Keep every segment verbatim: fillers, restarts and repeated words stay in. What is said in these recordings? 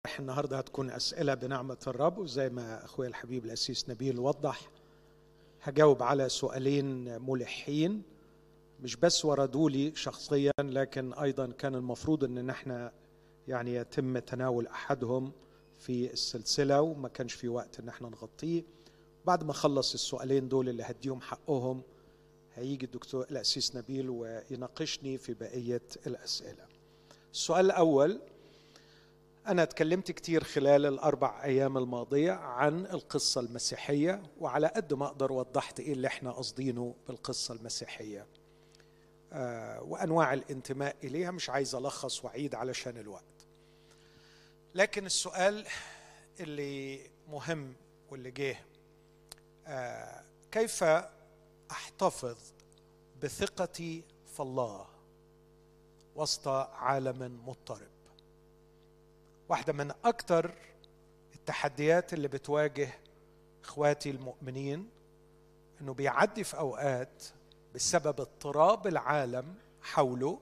النهارده هتكون أسئلة بنعمة الرب، وزي ما أخويا الحبيب الأسيس نبيل وضح هجاوب على سؤالين ملحين مش بس وردوا لي شخصيا، لكن أيضا كان المفروض أن احنا يعني يتم تناول أحدهم في السلسلة وما كانش في وقت أن احنا نغطيه. بعد ما خلص السؤالين دول اللي هديهم حقهم هيجي الدكتور الأسيس نبيل ويناقشني في بقية الأسئلة. السؤال الأول، أنا اتكلمت كتير خلال الأربع أيام الماضية عن القصة المسيحية، وعلى قد ما أقدر وضحت إيه اللي إحنا قصدينه بالقصة المسيحية آه وأنواع الانتماء إليها. مش عايز ألخص وعيد علشان الوقت، لكن السؤال اللي مهم واللي جه آه كيف أحتفظ بثقتي في الله وسط عالم مضطرب؟ واحدة من أكتر التحديات اللي بتواجه إخواتي المؤمنين إنه بيعدي في أوقات بسبب اضطراب العالم حوله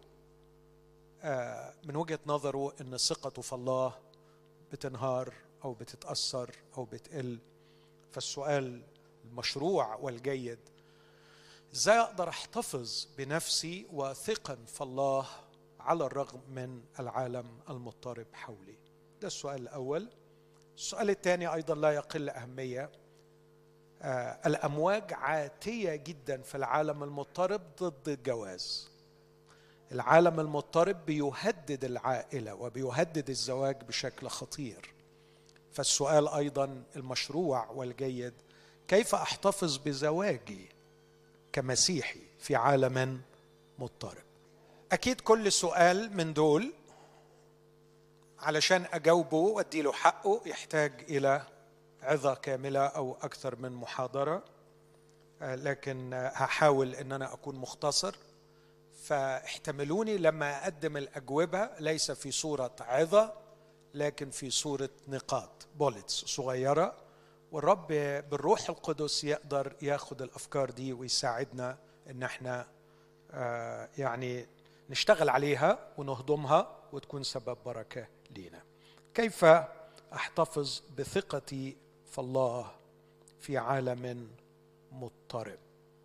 من وجهة نظره إن ثقته في الله بتنهار أو بتتأثر أو بتقل. فالسؤال المشروع والجيد، إزاي أقدر أحتفظ بنفسي واثقا في الله على الرغم من العالم المضطرب حولي؟ ده السؤال الأول. السؤال الثاني أيضا لا يقل أهمية. آه الأمواج عاتية جدا في العالم المضطرب ضد الجواز. العالم المضطرب بيهدد العائلة وبيهدد الزواج بشكل خطير. فالسؤال أيضا المشروع والجيد، كيف أحتفظ بزواجي كمسيحي في عالم مضطرب؟ أكيد كل سؤال من دول علشان أجاوبه وأديله حقه يحتاج إلى عظة كاملة أو أكثر من محاضرة، لكن هحاول أن أنا أكون مختصر. فاحتملوني لما أقدم الأجوبة ليس في صورة عظة لكن في صورة نقاط بوليتس صغيرة، والرب بالروح القدس يقدر ياخد الأفكار دي ويساعدنا أن احنا يعني نشتغل عليها ونهضمها وتكون سبب بركة لينا. كيف أحتفظ بثقتي في الله في عالم مضطرب؟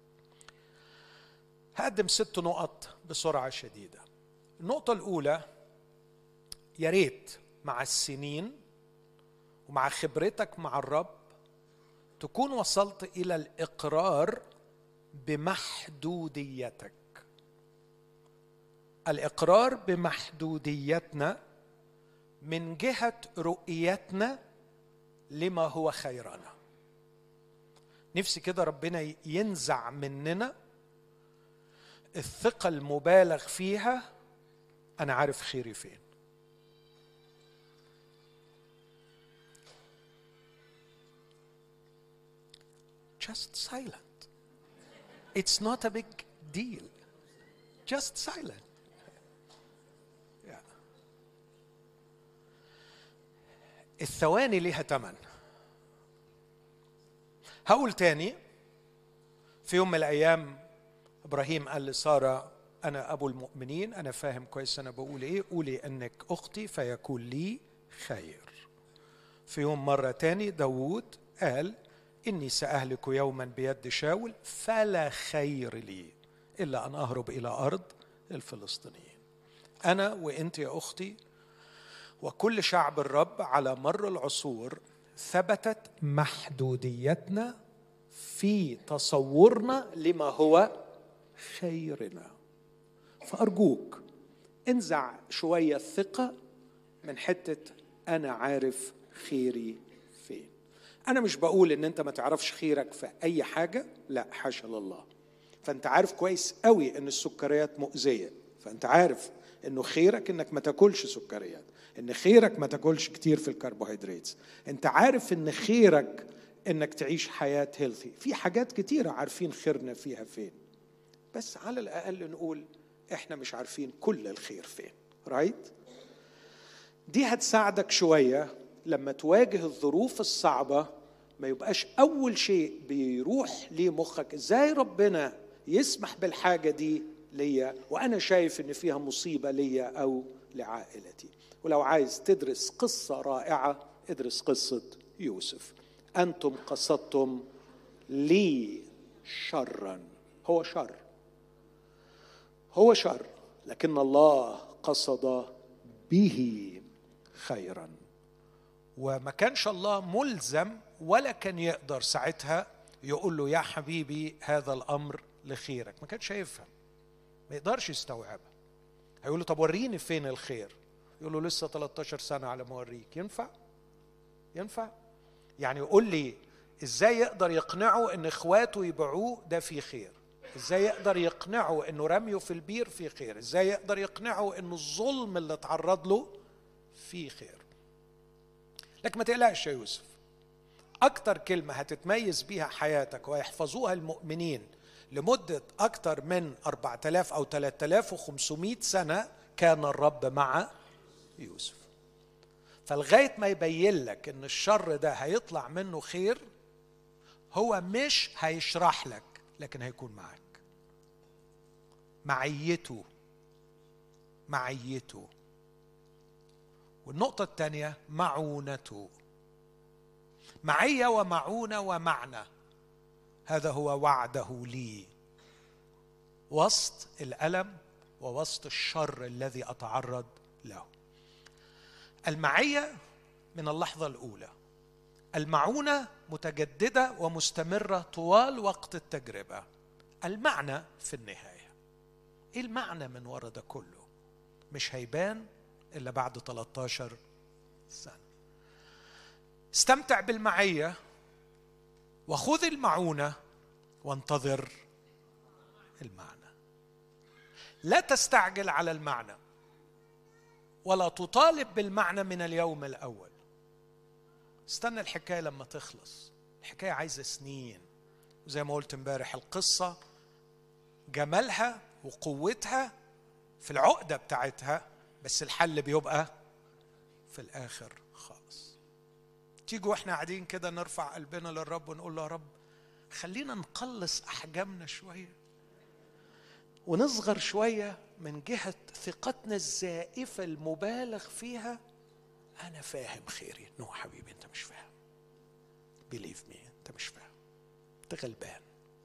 هقدم ست نقط بسرعة شديدة. النقطة الأولى، يا ريت مع السنين ومع خبرتك مع الرب تكون وصلت إلى الإقرار بمحدوديتك. الإقرار بمحدوديتنا من جهة رؤيتنا لما هو خيرنا. نفسي كده ربنا ينزع مننا الثقة المبالغ فيها، أنا عارف خيري فين. Just silent. It's not a big deal. Just silent. الثواني ليها تمن. هقول تاني، في يوم من الأيام إبراهيم قال لسارة أنا أبو المؤمنين، أنا فاهم كويس أنا بقول إيه، قولي أنك أختي فيكون لي خير. في يوم مرة تاني داود قال إني سأهلك يوما بيد شاول فلا خير لي إلا أن أهرب إلى أرض الفلسطينيين. أنا وإنت يا أختي وكل شعب الرب على مر العصور ثبتت محدوديتنا في تصورنا لما هو خيرنا. فأرجوك انزع شوية الثقة من حتة أنا عارف خيري فين. أنا مش بقول إن أنت ما تعرفش خيرك في أي حاجة، لا حاشا لله. فأنت عارف كويس قوي إن السكريات مؤذية، فأنت عارف إنه خيرك إنك ما تاكلش سكريات، إن خيرك ما تاكلش كتير في الكربوهيدرات، أنت عارف إن خيرك إنك تعيش حياة هيلثي. في حاجات كتيرة عارفين خيرنا فيها فين، بس على الأقل نقول إحنا مش عارفين كل الخير فين. رايت؟ دي هتساعدك شوية لما تواجه الظروف الصعبة، ما يبقاش أول شيء بيروح لمخك إزاي ربنا يسمح بالحاجة دي ليا وأنا شايف إن فيها مصيبة ليا أو لعائلتي. ولو عايز تدرس قصة رائعة ادرس قصة يوسف. أنتم قصدتم لي شرا، هو شر، هو شر، لكن الله قصد به خيرا. وما كانش الله ملزم ولا كان يقدر ساعتها يقول له يا حبيبي هذا الأمر لخيرك، ما كانش هيفهم، ما يقدرش يستوعبها. هيقول له طب وريني فين الخير، يقول له لسه ثلاثة عشر سنة على ما اوريك. ينفع؟ ينفع؟ يعني يقول لي ازاي يقدر يقنعه ان اخواته يبيعوه ده فيه خير؟ ازاي يقدر يقنعه انه رميه في البير فيه خير؟ ازاي يقدر يقنعه انه الظلم اللي اتعرض له فيه خير؟ لكن ما تقلقش يا يوسف، اكتر كلمة هتتميز بيها حياتك ويحفظوها المؤمنين لمدة اكتر من أربعة آلاف او ثلاثة آلاف وخمسمائة سنة، كان الرب مع يوسف. فلغاية ما يبين لك ان الشر ده هيطلع منه خير، هو مش هيشرح لك لكن هيكون معك. معيته معيته والنقطة الثانية معونته. معية ومعونة ومعنى، هذا هو وعده لي وسط الألم ووسط الشر الذي أتعرض له. المعية من اللحظة الأولى، المعونة متجددة ومستمرة طوال وقت التجربة. المعنى في النهاية، إيه المعنى من وراء ده كله؟ مش هيبان إلا بعد ثلاثة عشر سنة. استمتع بالمعية وخذ المعونة وانتظر المعنى. لا تستعجل على المعنى ولا تطالب بالمعنى من اليوم الأول. استنى الحكاية لما تخلص. الحكاية عايزة سنين، وزي ما قلت امبارح القصة جمالها وقوتها في العقدة بتاعتها، بس الحل بيبقى في الآخر خالص. تيجوا احنا قاعدين كده نرفع قلبنا للرب ونقول له يا رب خلينا نقلص أحجامنا شوية ونصغر شوية من جهة ثقتنا الزائفة المبالغ فيها. أنا فاهم خيري. نو حبيبي أنت مش فاهم. believe me أنت مش فاهم، أنت غلبان.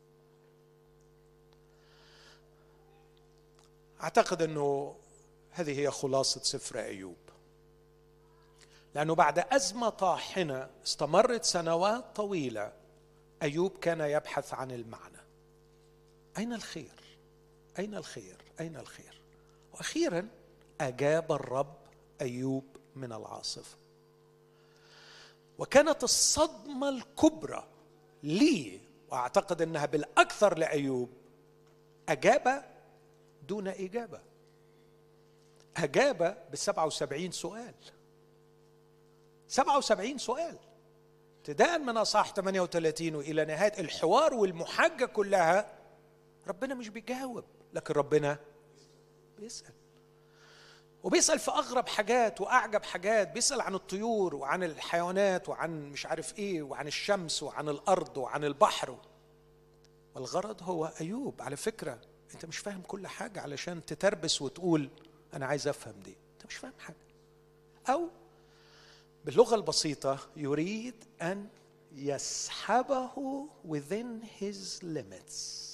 أعتقد أنه هذه هي خلاصة سفر أيوب، لأنه بعد أزمة طاحنة استمرت سنوات طويلة أيوب كان يبحث عن المعنى. أين الخير؟ أين الخير؟ أين الخير؟ وأخيرا أجاب الرب أيوب من العاصفة. وكانت الصدمة الكبرى لي، وأعتقد أنها بالأكثر لأيوب، أجاب دون إجابة. أجاب بسبعة وسبعين سؤال. سبعة وسبعين سؤال ابتداء من أصحاح ثمانية وثلاثين وإلى نهاية الحوار والمحاجة كلها. ربنا مش بيجاوب، لكن ربنا بيسأل، وبيسأل في أغرب حاجات وأعجب حاجات. بيسأل عن الطيور وعن الحيوانات وعن مش عارف إيه وعن الشمس وعن الأرض وعن البحر. والغرض هو أيوب على فكرة أنت مش فاهم كل حاجة علشان تتربس وتقول أنا عايز أفهم دي. أنت مش فاهم حاجة. أو باللغة البسيطة يريد أن يسحبه within his limits.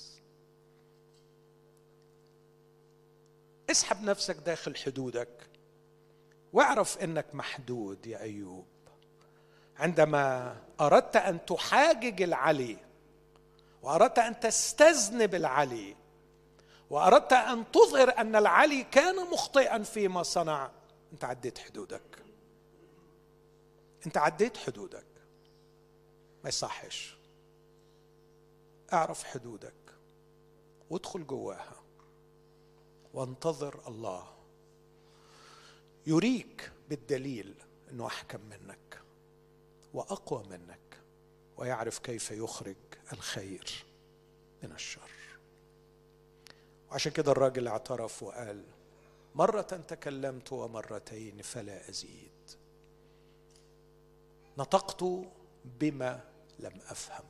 اسحب نفسك داخل حدودك واعرف انك محدود يا ايوب. عندما اردت ان تحاجج العلي واردت ان تستذنب العلي واردت ان تظهر ان العلي كان مخطئا فيما صنع، انت عديت حدودك. انت عديت حدودك. ما يصحش. اعرف حدودك وادخل جواها وانتظر الله يريك بالدليل انه احكم منك واقوى منك ويعرف كيف يخرج الخير من الشر. وعشان كده الراجل اعترف وقال مرة تكلمت ومرتين فلا ازيد، نطقت بما لم افهم،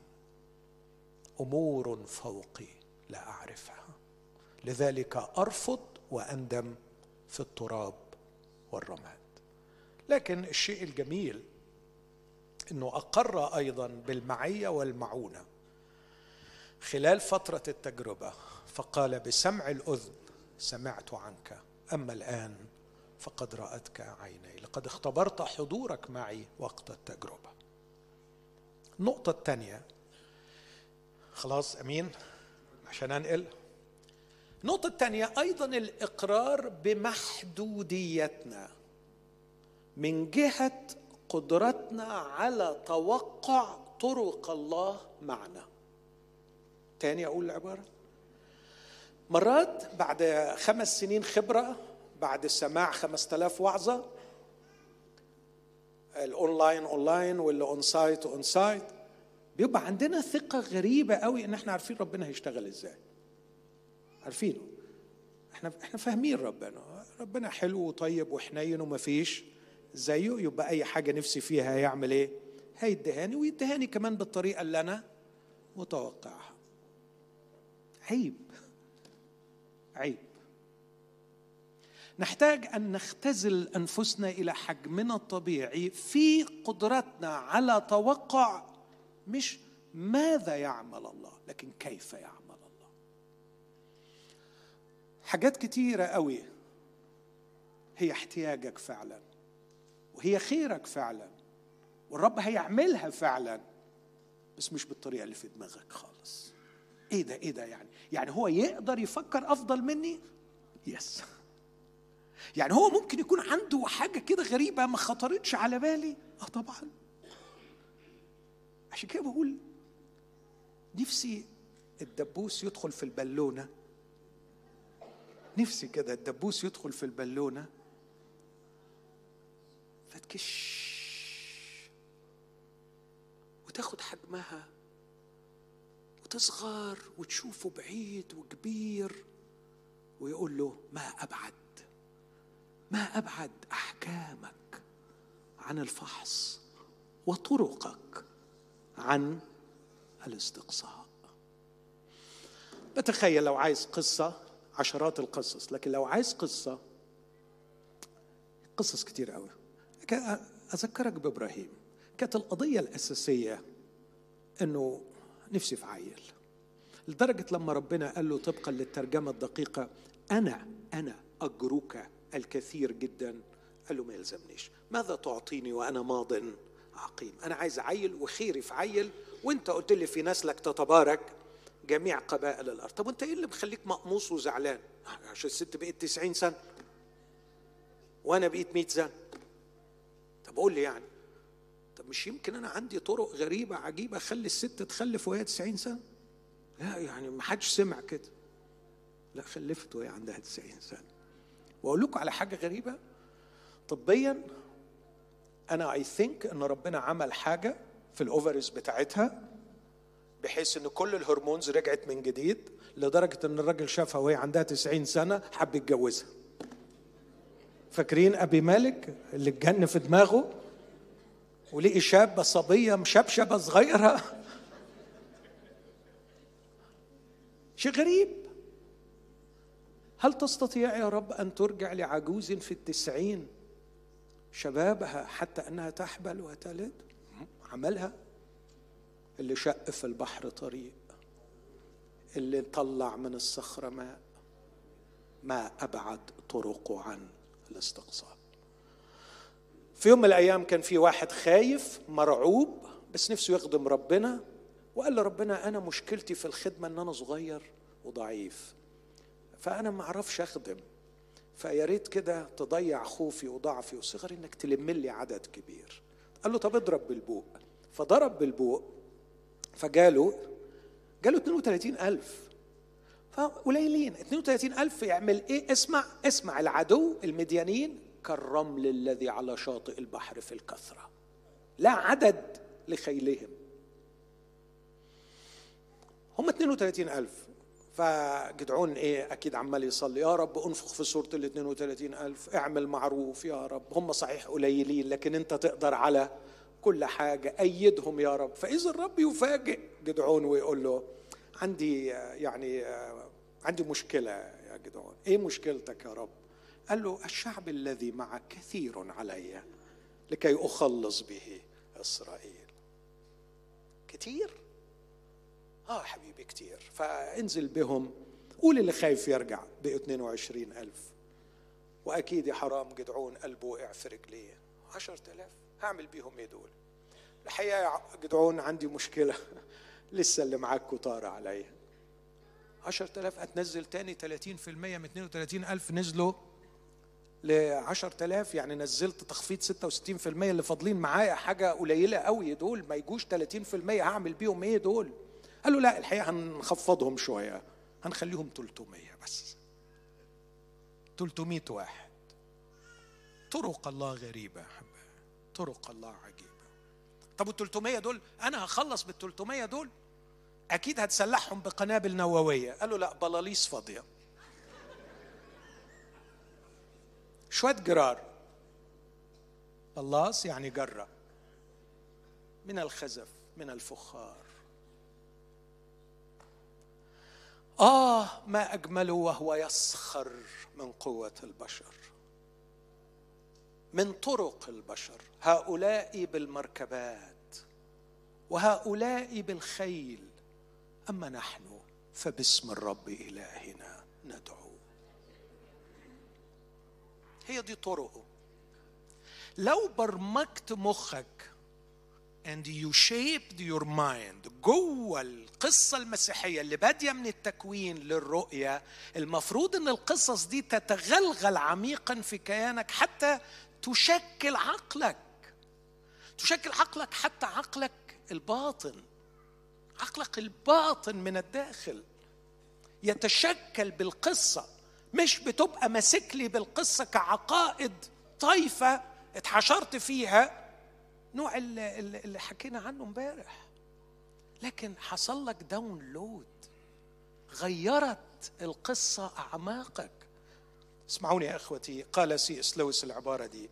امور فوقي لا اعرفها، لذلك أرفض وأندم في التراب والرماد. لكن الشيء الجميل انه اقر ايضا بالمعية والمعونة خلال فترة التجربة، فقال: بسمع الأذن سمعت عنك، أما الآن فقد رأتك عيني، لقد اختبرت حضورك معي وقت التجربة. النقطة الثانية، خلاص أمين عشان أنقل. النقطة الثانية أيضا الإقرار بمحدوديتنا من جهة قدرتنا على توقع طرق الله معنا. تاني أقول العبارة، مرات بعد خمس سنين خبرة، بعد سماع خمس تلاف وعظة، الأونلاين أونلاين واللي أون سايت أون سايت، بيبقى عندنا ثقة غريبة قوي إن إحنا عارفين ربنا هيشتغل إزاي. عارفينه، إحنا إحنا فاهمين ربنا، ربنا حلو وطيب وحنين ومفيش زيه، يبقى أي حاجة نفسي فيها هيعمل إيه؟ هيدهاني، ويدهاني كمان بالطريقة اللي أنا متوقعها. عيب عيب. نحتاج أن نختزل أنفسنا إلى حجمنا الطبيعي في قدرتنا على توقع مش ماذا يعمل الله، لكن كيف يعمل الله. حاجات كتيرة قوي هي احتياجك فعلا، وهي خيرك فعلا، والرب هيعملها فعلا، بس مش بالطريقة اللي في دماغك خالص. ايه ده ايه ده يعني يعني هو يقدر يفكر افضل مني؟ يس. يعني هو ممكن يكون عنده حاجة كده غريبة ما خطرتش على بالي؟ اه طبعا. عشان كده بقول نفسي الدبوس يدخل في البالونة، نفسي كده الدبوس يدخل في البالونة فتكش وتاخد حجمها وتصغر وتشوفه بعيد وكبير، ويقول له: ما أبعد ما أبعد أحكامك عن الفحص وطرقك عن الاستقصاء. بتخيل لو عايز قصة، عشرات القصص، لكن لو عايز قصة، قصص كتير قوي. أذكرك بإبراهيم، كانت القضية الأساسية أنه نفسي في عيل، لدرجة لما ربنا قال له طبقا للترجمة الدقيقة: أنا أنا أجرك الكثير جدا، قال له: ما يلزمنيش، ماذا تعطيني وأنا ماض عقيم؟ أنا عايز عيل وخيري في عيل، وانت قلت لي في نسلك تتبارك جميع قبائل الأرض. طب وانت ايه اللي مخليك مقموص وزعلان؟ عشان الست بقيت تسعين سنة وأنا بقيت مئة سنة. طب قول لي يعني، طب مش يمكن أنا عندي طرق غريبة عجيبة أخلي الست تخلف وهي تسعين سنة؟ لا يعني ما حدش سمع كده. لا، خلفت وهي عندها تسعين سنة. وأقول لكم على حاجة غريبة طبيا، أنا I think إن ربنا عمل حاجة في الأوفرز بتاعتها بحيث إن كل الهرمونز رجعت من جديد، لدرجة إن الراجل شافها وهي عندها تسعين سنة حب يتجوزها. فاكرين أبي مالك اللي اتجن في دماغه ولقي شابة صبية مشبشبة صغيرة؟ شيء غريب. هل تستطيع يا رب أن ترجع لعجوز في التسعين شبابها حتى أنها تحبل وتلد؟ عملها. اللي شق في البحر طريق، اللي طلع من الصخرة ماء، ما أبعد طرقه عن الاستقصاء. في يوم من الأيام كان في واحد خايف مرعوب بس نفسه يخدم ربنا، وقال له: ربنا أنا مشكلتي في الخدمة أن أنا صغير وضعيف، فأنا ما أعرفش أخدم، فياريت كده تضيع خوفي وضعفي وصغري إنك تلم لي عدد كبير. قال له: طب اضرب بالبوق. فضرب بالبوق فجاله جاله اثنين وثلاثين ألف. فقليلين اثنين وثلاثين ألف يعمل إيه؟ اسمع اسمع العدو المديانين كالرمل الذي على شاطئ البحر في الكثرة، لا عدد لخيلهم. هم اثنين وثلاثين ألف. فجدعون ايه اكيد عمال يصلي: يا رب انفخ في صورة ال اثنين وثلاثين ألف، اعمل معروف يا رب، هم صحيح قليلين لكن انت تقدر على كل حاجة، أيدهم يا رب. فإذا الرب يفاجئ جدعون ويقول له: عندي يعني عندي مشكلة يا جدعون. ايه مشكلتك يا رب؟ قال له الشعب الذي معك كثير علي لكي أخلص به إسرائيل. كتير؟ آه حبيبي كتير. فانزل بهم، قول اللي خايف يرجع. بقوا اثنين وعشرين ألف. وأكيد يا حرام جدعون قلبه وقع في رجليه. عشرة آلاف هعمل بيهم ايه دول؟ الحقيقة يا جدعون عندي مشكلة، لسه اللي معاك كتار عليا. عشرة آلاف هتنزل تاني ثلاثين بالمئة من اثنين وثلاثين ألف نزلوا لعشرة آلاف، يعني نزلت تخفيض ستة وستين بالمئة اللي فاضلين معايا، حاجة قليلة قوي دول، ما يجوش ثلاثين بالمئة. هعمل بيهم ايه دول؟ قال له لا الحقيقة هنخفضهم شوية، هنخليهم ثلاثمئة بس. ثلاثمئة واحد. طرق الله غريبة يا حبايبي، طرق الله عجيبة. طب والثلاثمئة دول أنا هخلص بالثلاثمئة دول؟ أكيد هتسلحهم بقنابل نووية. قال له لا، بلاليص فاضية، شوية جرار. بلاص يعني جرة من الخزف من الفخار. آه ما أجمله وهو يسخر من قوة البشر، من طرق البشر. هؤلاء بالمركبات وهؤلاء بالخيل، أما نحن فباسم الرب إلهنا ندعو. هي دي طرقه. لو برمجت مخك and you shaped your mind جوه القصة المسيحية اللي بادية من التكوين للرؤية، المفروض ان القصص دي تتغلغل عميقا في كيانك حتى تشكل عقلك، تشكل عقلك حتى عقلك الباطن، عقلك الباطن من الداخل يتشكل بالقصة. مش بتبقى ماسك لي بالقصة كعقائد طايفة اتحشرت فيها، نوع اللي حكينا عنه امبارح، لكن حصل لك داونلود، غيرت القصة أعماقك. اسمعوني يا أخوتي، قال سي إس لويس العبارة دي: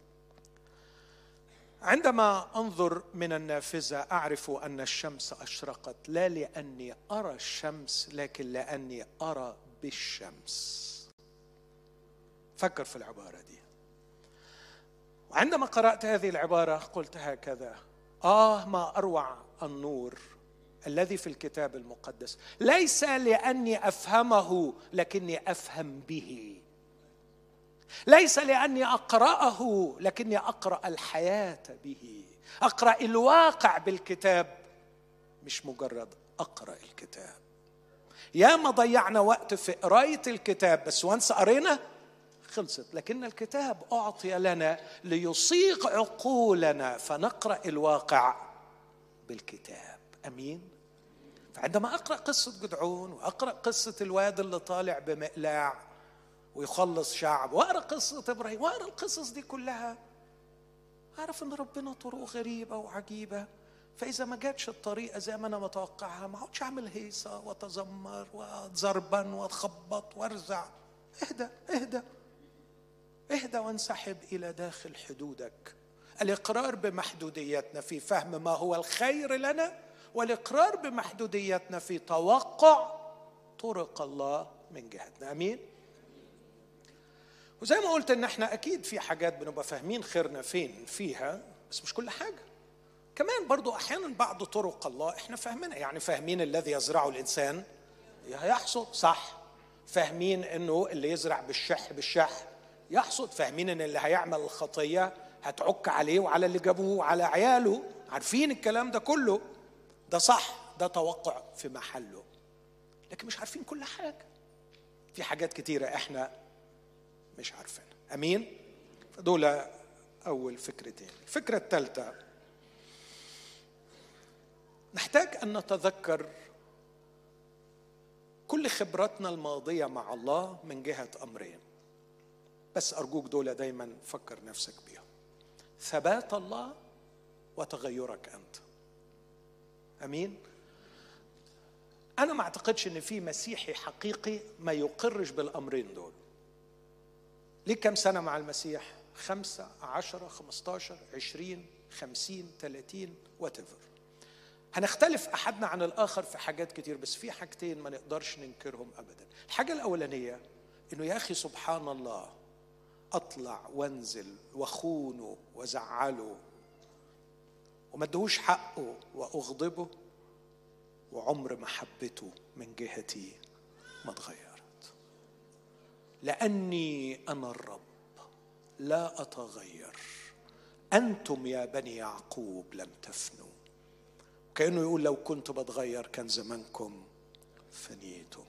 عندما أنظر من النافذة أعرف أن الشمس أشرقت، لا لأني أرى الشمس لكن لأني أرى بالشمس. فكر في العبارة دي. وعندما قرأت هذه العبارة قلت هكذا: آه ما أروع النور الذي في الكتاب المقدس، ليس لأني أفهمه لكني أفهم به، ليس لأني أقرأه لكني أقرأ الحياة به، أقرأ الواقع بالكتاب مش مجرد أقرأ الكتاب. يا ما ضيعنا وقت في قراية الكتاب بس وانس قرينا خلصت، لكن الكتاب أعطي لنا ليصيغ عقولنا فنقرأ الواقع بالكتاب. أمين؟ فعندما أقرأ قصة جدعون وأقرأ قصة الواد اللي طالع بمقلاع ويخلص شعب، وأقرأ قصة إبراهيم وأقرأ القصص دي كلها، أعرف أن ربنا طرق غريبة وعجيبة. فإذا ما جاتش الطريقة زي ما أنا متوقعها ما أقعدش أعمل هيصة وأتذمر وأتزربن وأتخبط وأرزع. اهدى اهدى اهدى وانسحب إلى داخل حدودك. الإقرار بمحدوديتنا في فهم ما هو الخير لنا، والإقرار بمحدوديتنا في توقع طرق الله من جهتنا. أمين؟ وزي ما قلت إن احنا أكيد في حاجات بنبقى فاهمين خيرنا فين فيها، بس مش كل حاجة. كمان برضو أحيانا بعض طرق الله احنا فاهمينها، يعني فاهمين الذي يزرعه الإنسان هيحصد، صح؟ فاهمين إنه اللي يزرع بالشح بالشح يحصد، فاهمين إن اللي هيعمل الخطية هتعك عليه وعلى اللي جابوه وعلى عياله، عارفين الكلام ده كله، ده صح، ده توقع في محله، لكن مش عارفين كل حاجة. في حاجات كتيرة احنا مش عارفين. أمين؟ فدول أول فكرتين. الفكرة الثالثة، نحتاج أن نتذكر كل خبرتنا الماضية مع الله من جهة أمرين، بس أرجوك دول دايما فكر نفسك بيهم: ثبات الله وتغيرك أنت. أمين؟ أنا ما أعتقدش أن في مسيحي حقيقي ما يقرش بالأمرين دول. ليه كم سنة مع المسيح؟ خمسة، عشرة، خمستاشر، عشرين، خمسين، ثلاثين، whatever. هنختلف أحدنا عن الآخر في حاجات كتير، بس في حاجتين ما نقدرش ننكرهم أبدا. الحاجة الأولانية إنه يا أخي سبحان الله، اطلع وانزل واخونه وازعله وما ادهوش حقه واغضبه، وعمر محبته من جهتي ما اتغيرت، لاني انا الرب لا اتغير. انتم يا بني يعقوب لم تفنوا. كأنه يقول لو كنت بتغير كان زمانكم فنيتم.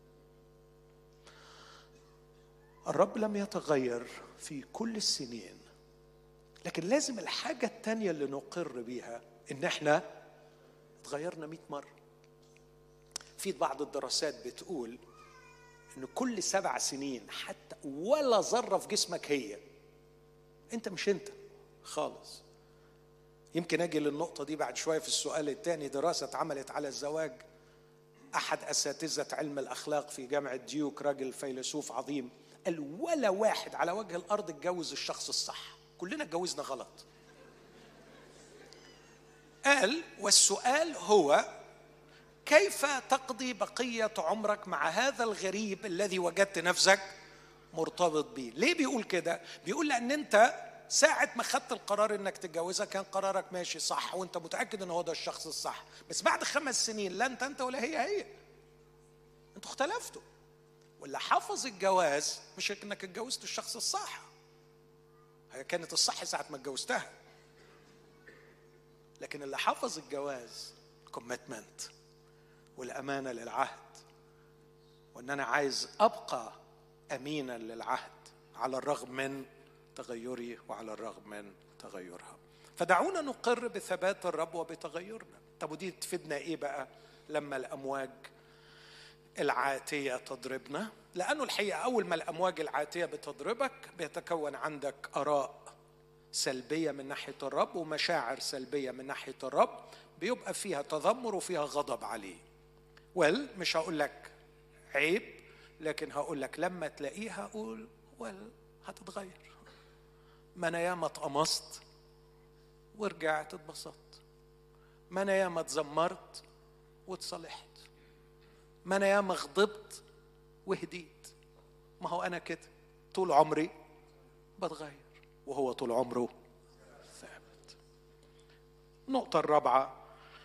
الرب لم يتغير في كل السنين، لكن لازم الحاجة التانية اللي نقر بيها إن احنا اتغيرنا مئة مرة. في بعض الدراسات بتقول إن كل سبع سنين حتى ولا ذرة في جسمك هي أنت مش أنت خالص. يمكن أجي للنقطة دي بعد شوية في السؤال الثاني. دراسة اتعملت على الزواج، أحد أساتذة علم الأخلاق في جامعة ديوك، راجل فيلسوف عظيم، قال ولا واحد على وجه الأرض اتجوز الشخص الصح، كلنا اتجوزنا غلط. قال والسؤال هو كيف تقضي بقية عمرك مع هذا الغريب الذي وجدت نفسك مرتبط به. ليه بيقول كده؟ بيقول لأن أنت ساعة ما خدت القرار انك تتجوزها كان قرارك ماشي صح وانت متأكد ان هو ده الشخص الصح، بس بعد خمس سنين لا انت انت ولا هي هي، انتوا اختلفتوا. واللي حافظ الجواز مش انك اتجوزت الشخص الصح، هي كانت الصح ساعة ما اتجوزتها، لكن اللي حافظ الجواز كوميتمنت والأمانة للعهد، وان انا عايز ابقى امينا للعهد على الرغم من تغيري وعلى الرغم من تغيرها. فدعونا نقر بثبات الرب وبتغيرنا. طب ودي تفيدنا ايه بقى لما الامواج العاتية تضربنا؟ لانه الحقيقة اول ما الامواج العاتية بتضربك بيتكون عندك اراء سلبية من ناحية الرب ومشاعر سلبية من ناحية الرب، بيبقى فيها تذمر وفيها غضب عليه. ويل مش هقول لك عيب، لكن هقول لك لما تلاقيها قول ويل هتتغير. ما انا ياما اتقمصت ورجعت اتبسطت، ما انا ياما اتذمرت واتصالحت، ما انا ياما غضبت وهديت. ما هو انا كده طول عمري بتغير وهو طول عمره ثابت. النقطة الرابعة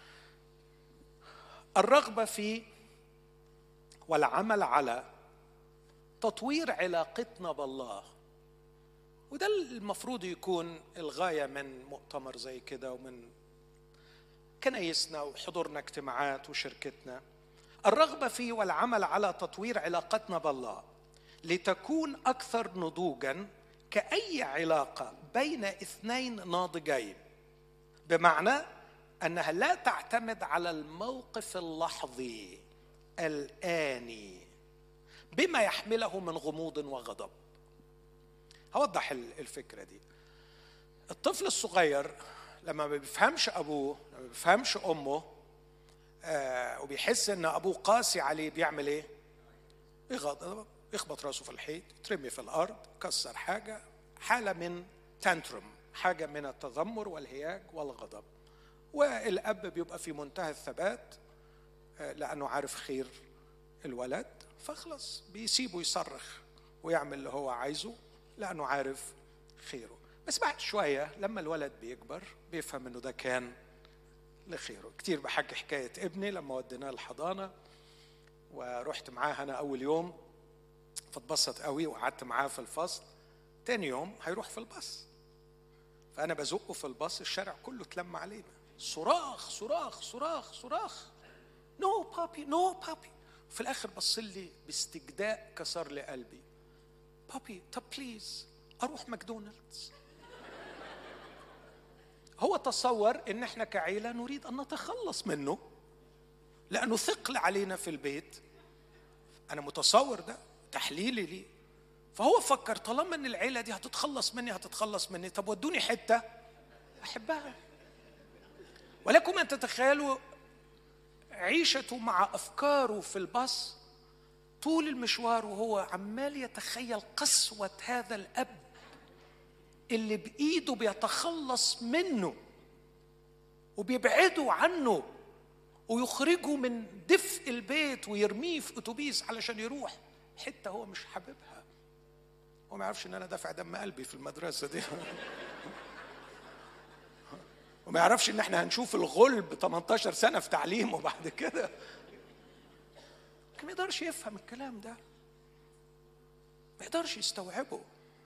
الرغبة في والعمل على تطوير علاقتنا بالله. وده المفروض يكون الغاية من مؤتمر زي كده ومن كنايسنا وحضورنا اجتماعات وشركتنا. الرغبة في والعمل على تطوير علاقتنا بالله لتكون أكثر نضوجاً كأي علاقة بين اثنين ناضجين، بمعنى أنها لا تعتمد على الموقف اللحظي الآني بما يحمله من غموض وغضب. هوضح الفكرة دي. الطفل الصغير لما ما بيفهمش أبوه، لما ما بيفهمش أمه، آه وبيحس أن أبوه قاسي عليه، بيعمل إيه؟ يغضب، يخبط راسه في الحيط، يترمي في الأرض، كسر حاجة، حالة من تانترم، حاجة من التذمر والهياج والغضب. والأب بيبقى في منتهى الثبات آه لأنه عارف خير الولد، فخلص بيسيبه يصرخ ويعمل اللي هو عايزه لأنه عارف خيره. بس بعد شوية لما الولد بيكبر بيفهم أنه ده كان لخيره. كتير بحكي حكاية ابني لما وديناه الحضانة ورحت معاه أنا أول يوم، فاتبسط قوي وقعدت معاه في الفصل. تاني يوم هيروح في الباص، فأنا بزقه في الباص، الشارع كله اتلم علينا، صراخ صراخ صراخ صراخ، نو بابي نو بابي. في الآخر بص لي باستجداء كسر لي قلبي، بابي طب بليز أروح ماكدونالدز. هو تصور إن إحنا كعيلة نريد أن نتخلص منه لأنه ثقل علينا في البيت. أنا متصور ده تحليلي ليه. فهو فكر طالما إن العيلة دي هتتخلص مني هتتخلص مني، طب ودوني حتة أحبها. ولكم أن تتخيلوا عيشته مع أفكاره في الباص طول المشوار وهو عمال يتخيل قسوة هذا الأب اللي بإيده بيتخلص منه وبيبعده عنه ويخرجه من دفء البيت ويرميه في أتوبيس علشان يروح حتة هو مش حاببها. هو ما يعرفش ان انا دافع دم قلبي في المدرسه دي. وما يعرفش ان احنا هنشوف الغلب ثمانية عشر سنه في تعليم وبعد كده. ما يقدرش يفهم الكلام ده، ما يقدرش يستوعبه.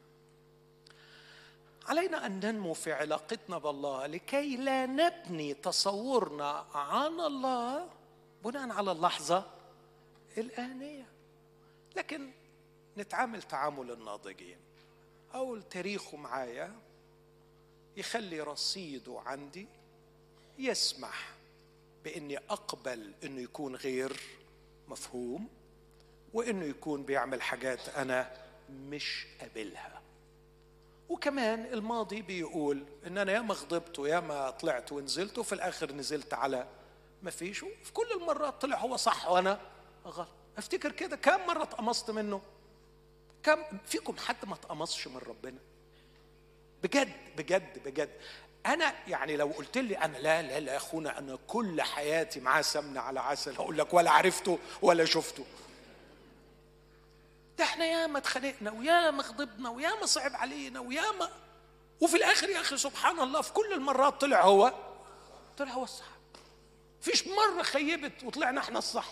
علينا أن ننمو في علاقتنا بالله لكي لا نبني تصورنا عن الله بناء على اللحظة الآنية، لكن نتعامل تعامل الناضجين. أول تاريخه معايا يخلي رصيده عندي يسمح بإني أقبل إنه يكون غير مفهوم، وإنه يكون بيعمل حاجات أنا مش قابلها. وكمان الماضي بيقول إن أنا ياما غضبت وياما طلعت ونزلت، وفي الآخر نزلت على ما فيش، في كل المرات طلع هو صح وأنا غلط. أفتكر كده كم مرة اتقمصت منه؟ كم فيكم حد ما اتقمصش من ربنا؟ بجد بجد بجد. أنا يعني لو قلت لي أنا لا لا لا يا أخونا أنا كل حياتي معاه سمنة على عسل، هقول لك ولا عرفته ولا شفته. ده احنا ياما اتخانقنا وياما غضبنا وياما صعب علينا وياما، وفي الآخر يا أخي سبحان الله في كل المرات طلع هو طلع هو الصح. فيش مرة خيبت وطلعنا احنا الصح.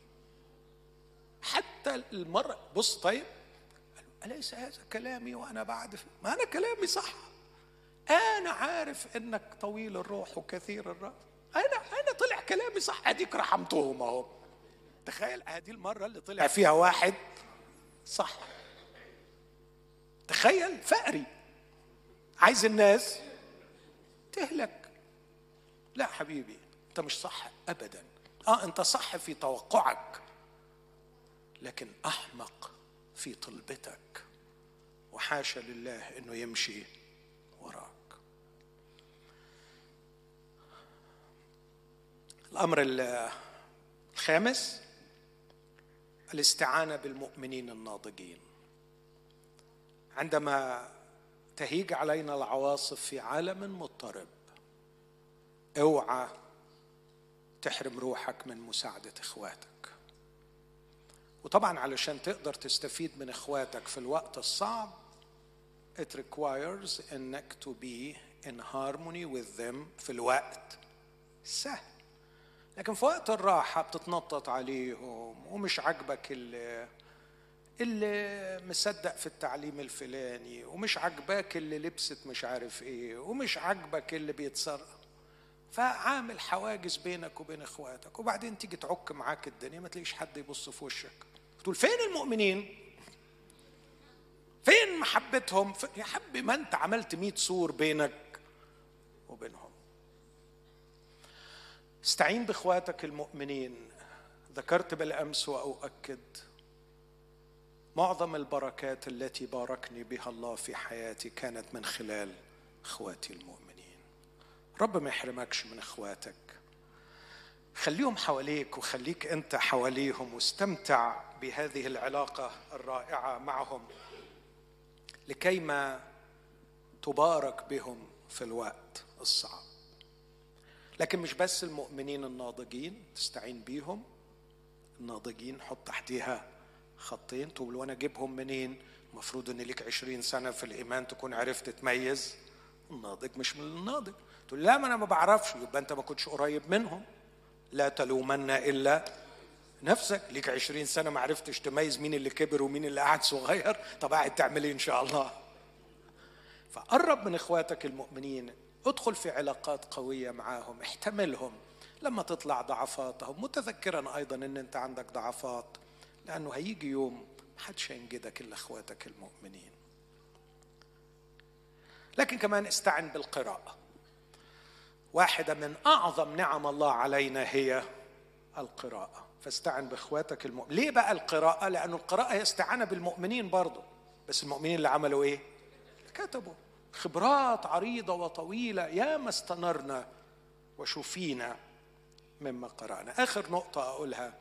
حتى المرة بص طيب أليس هذا كلامي وأنا بعد فيه؟ ما أنا كلامي صح. أنا عارف إنك طويل الروح وكثير الرأي. أنا أنا طلع كلامي صح. أديك رحمتهم أهو. تخيل هذه المرة اللي طلع فيها واحد صح. تخيل فقري عايز الناس تهلك. لا حبيبي أنت مش صح أبدا. آه أنت صح في توقعك، لكن أحمق في طلبتك، وحاشا لله إنه يمشي وراك. الأمر الخامس الاستعانة بالمؤمنين الناضجين. عندما تهيج علينا العواصف في عالم مضطرب، اوعى تحرم روحك من مساعدة اخواتك. وطبعا علشان تقدر تستفيد من اخواتك في الوقت الصعب it requires انك to be in harmony with them في الوقت سهل. لكن في وقت الراحة بتتنطط عليهم ومش عاجبك اللي اللي مصدق في التعليم الفلاني، ومش عاجباك اللي لبست مش عارف ايه، ومش عاجبك اللي بيتصرف، فعامل حواجز بينك وبين اخواتك. وبعدين تيجي تعك معاك الدنيا ما تلاقيش حد يبص في وشك، تقول فين المؤمنين؟ فين محبتهم؟ يا حبي ما انت عملت مئة سور بينك وبينهم. استعين باخواتك المؤمنين. ذكرت بالامس واؤكد معظم البركات التي باركني بها الله في حياتي كانت من خلال اخواتي المؤمنين. رب ما يحرمكش من اخواتك، خليهم حواليك وخليك انت حواليهم، واستمتع بهذه العلاقة الرائعة معهم لكيما تبارك بهم في الوقت الصعب. لكن مش بس المؤمنين الناضجين تستعين بيهم. الناضجين حط تحتيها خطين. تقول وانا اجيبهم منين؟ المفروض ان ليك عشرين سنة في الايمان تكون عرفت تميز الناضج مش من الناضج. تقول لا ما انا ما بعرفش، يبقى انت ما كنتش قريب منهم. لا تلومن الا نفسك. ليك عشرين سنة ما عرفتش تميز مين اللي كبر ومين اللي قاعد صغير، طب قاعد تعمل ايه ان شاء الله؟ فقرب من اخواتك المؤمنين، ادخل في علاقات قوية معاهم، احتملهم لما تطلع ضعفاتهم، متذكرا ايضا ان انت عندك ضعفات، لانه هيجي يوم محدش هينجدك الا اخواتك المؤمنين. لكن كمان استعن بالقراءة. واحدة من اعظم نعم الله علينا هي القراءة، فاستعن باخواتك المؤمنين. ليه بقى القراءة؟ لأن القراءة هي استعانة بالمؤمنين برضو، بس المؤمنين اللي عملوا ايه؟ كتبوا خبرات عريضة وطويلة، يا ما استنرنا وشوفينا مما قرأنا. آخر نقطة أقولها،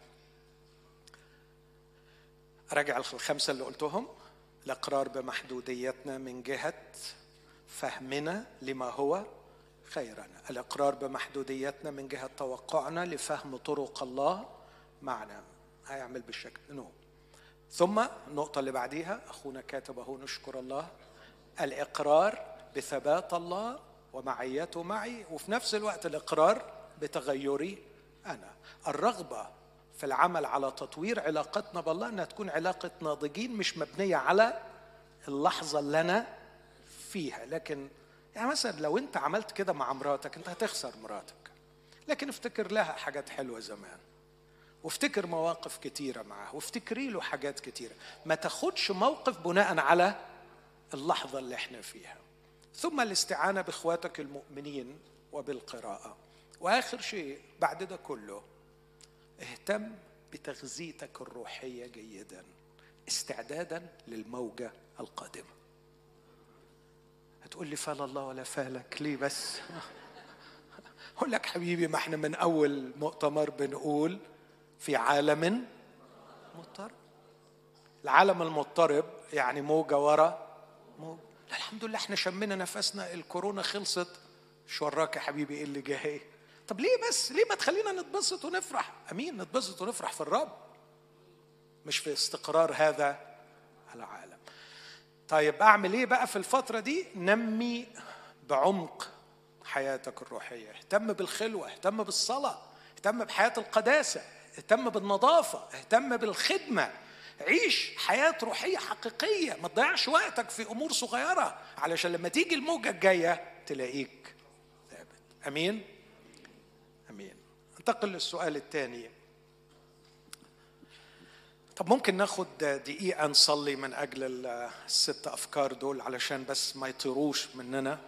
أراجع الخمسة اللي قلتهم. الإقرار بمحدوديتنا من جهة فهمنا لما هو خيرنا. الإقرار بمحدوديتنا من جهة توقعنا لفهم طرق الله معنا. هيعمل بالشكل نو. ثم النقطة اللي بعديها أخونا كاتبه نشكر الله، الإقرار بثبات الله ومعيته معي، وفي نفس الوقت الإقرار بتغيري أنا. الرغبة في العمل على تطوير علاقتنا بالله أنها تكون علاقة ناضجين، مش مبنية على اللحظة اللي أنا فيها. لكن يعني مثلا لو أنت عملت كده مع مراتك أنت هتخسر مراتك، لكن افتكر لها حاجات حلوة زمان، وافتكر مواقف كتيرة معه، وافتكري له حاجات كتيرة. ما تاخدش موقف بناء على اللحظة اللي احنا فيها. ثم الاستعانة بإخواتك المؤمنين وبالقراءة. وآخر شيء بعد ده كله، اهتم بتغذيتك الروحية جيدا استعدادا للموجة القادمة. هتقول لي فال الله ولا فالك ليه بس؟ أقول لك حبيبي، ما احنا من أول مؤتمر بنقول في عالم مضطرب. العالم المضطرب يعني موجة ورا موجة. الحمد لله احنا شمنا نفسنا، الكورونا خلصت، شو وراك يا حبيبي ايه اللي جاي؟ طب ليه بس؟ ليه ما تخلينا نتبسط ونفرح؟ امين، نتبسط ونفرح في الرب، مش في استقرار هذا العالم. طيب اعمل ايه بقى في الفترة دي؟ نمي بعمق حياتك الروحية، اهتم بالخلوة، اهتم بالصلاة، اهتم بحياة القداسة، اهتم بالنظافة، اهتم بالخدمة. عيش حياة روحية حقيقية، ما تضيعش وقتك في أمور صغيرة علشان لما تيجي الموجة الجاية تلاقيك ثابت. أمين؟ أمين. انتقل للسؤال الثاني. طب ممكن ناخد دقيقة نصلي من أجل الست أفكار دول علشان بس ما يطيروش مننا.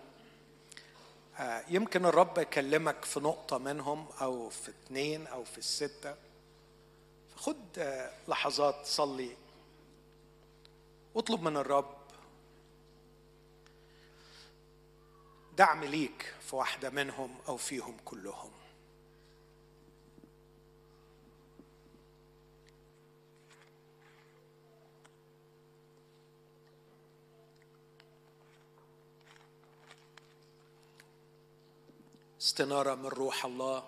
يمكن الرب يكلمك في نقطة منهم أو في اثنين أو في الستة، فخد لحظات صلي واطلب من الرب دعم ليك في واحدة منهم أو فيهم كلهم. استنارة من روح الله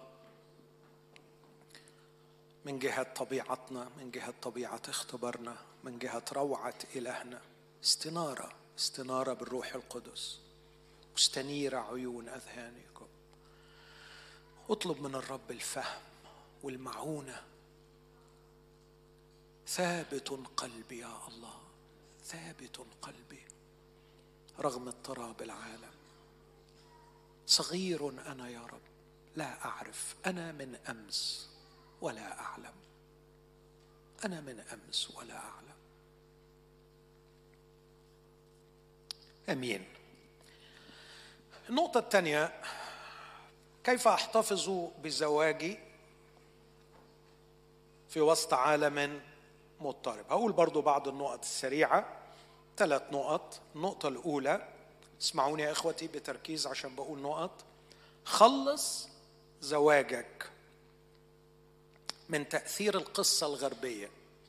من جهة طبيعتنا، من جهة طبيعة اختبارنا، من جهة روعة إلهنا. استنارة استنارة بالروح القدس، مستنيرة عيون أذهانكم. اطلب من الرب الفهم والمعونة. ثابت قلبي يا الله، ثابت قلبي رغم اضطراب العالم. صغير أنا يا رب لا أعرف، أنا من أمس ولا أعلم، أنا من أمس ولا أعلم. أمين. النقطة الثانية، كيف أحتفظ بزواجي في وسط عالم مضطرب؟ هقول برضو بعض النقط السريعة، ثلاث نقط. النقطة الأولى، اسمعوني يا إخوتي بتركيز عشان بقول نقط. خلص زواجك من تأثير القصة الغربية.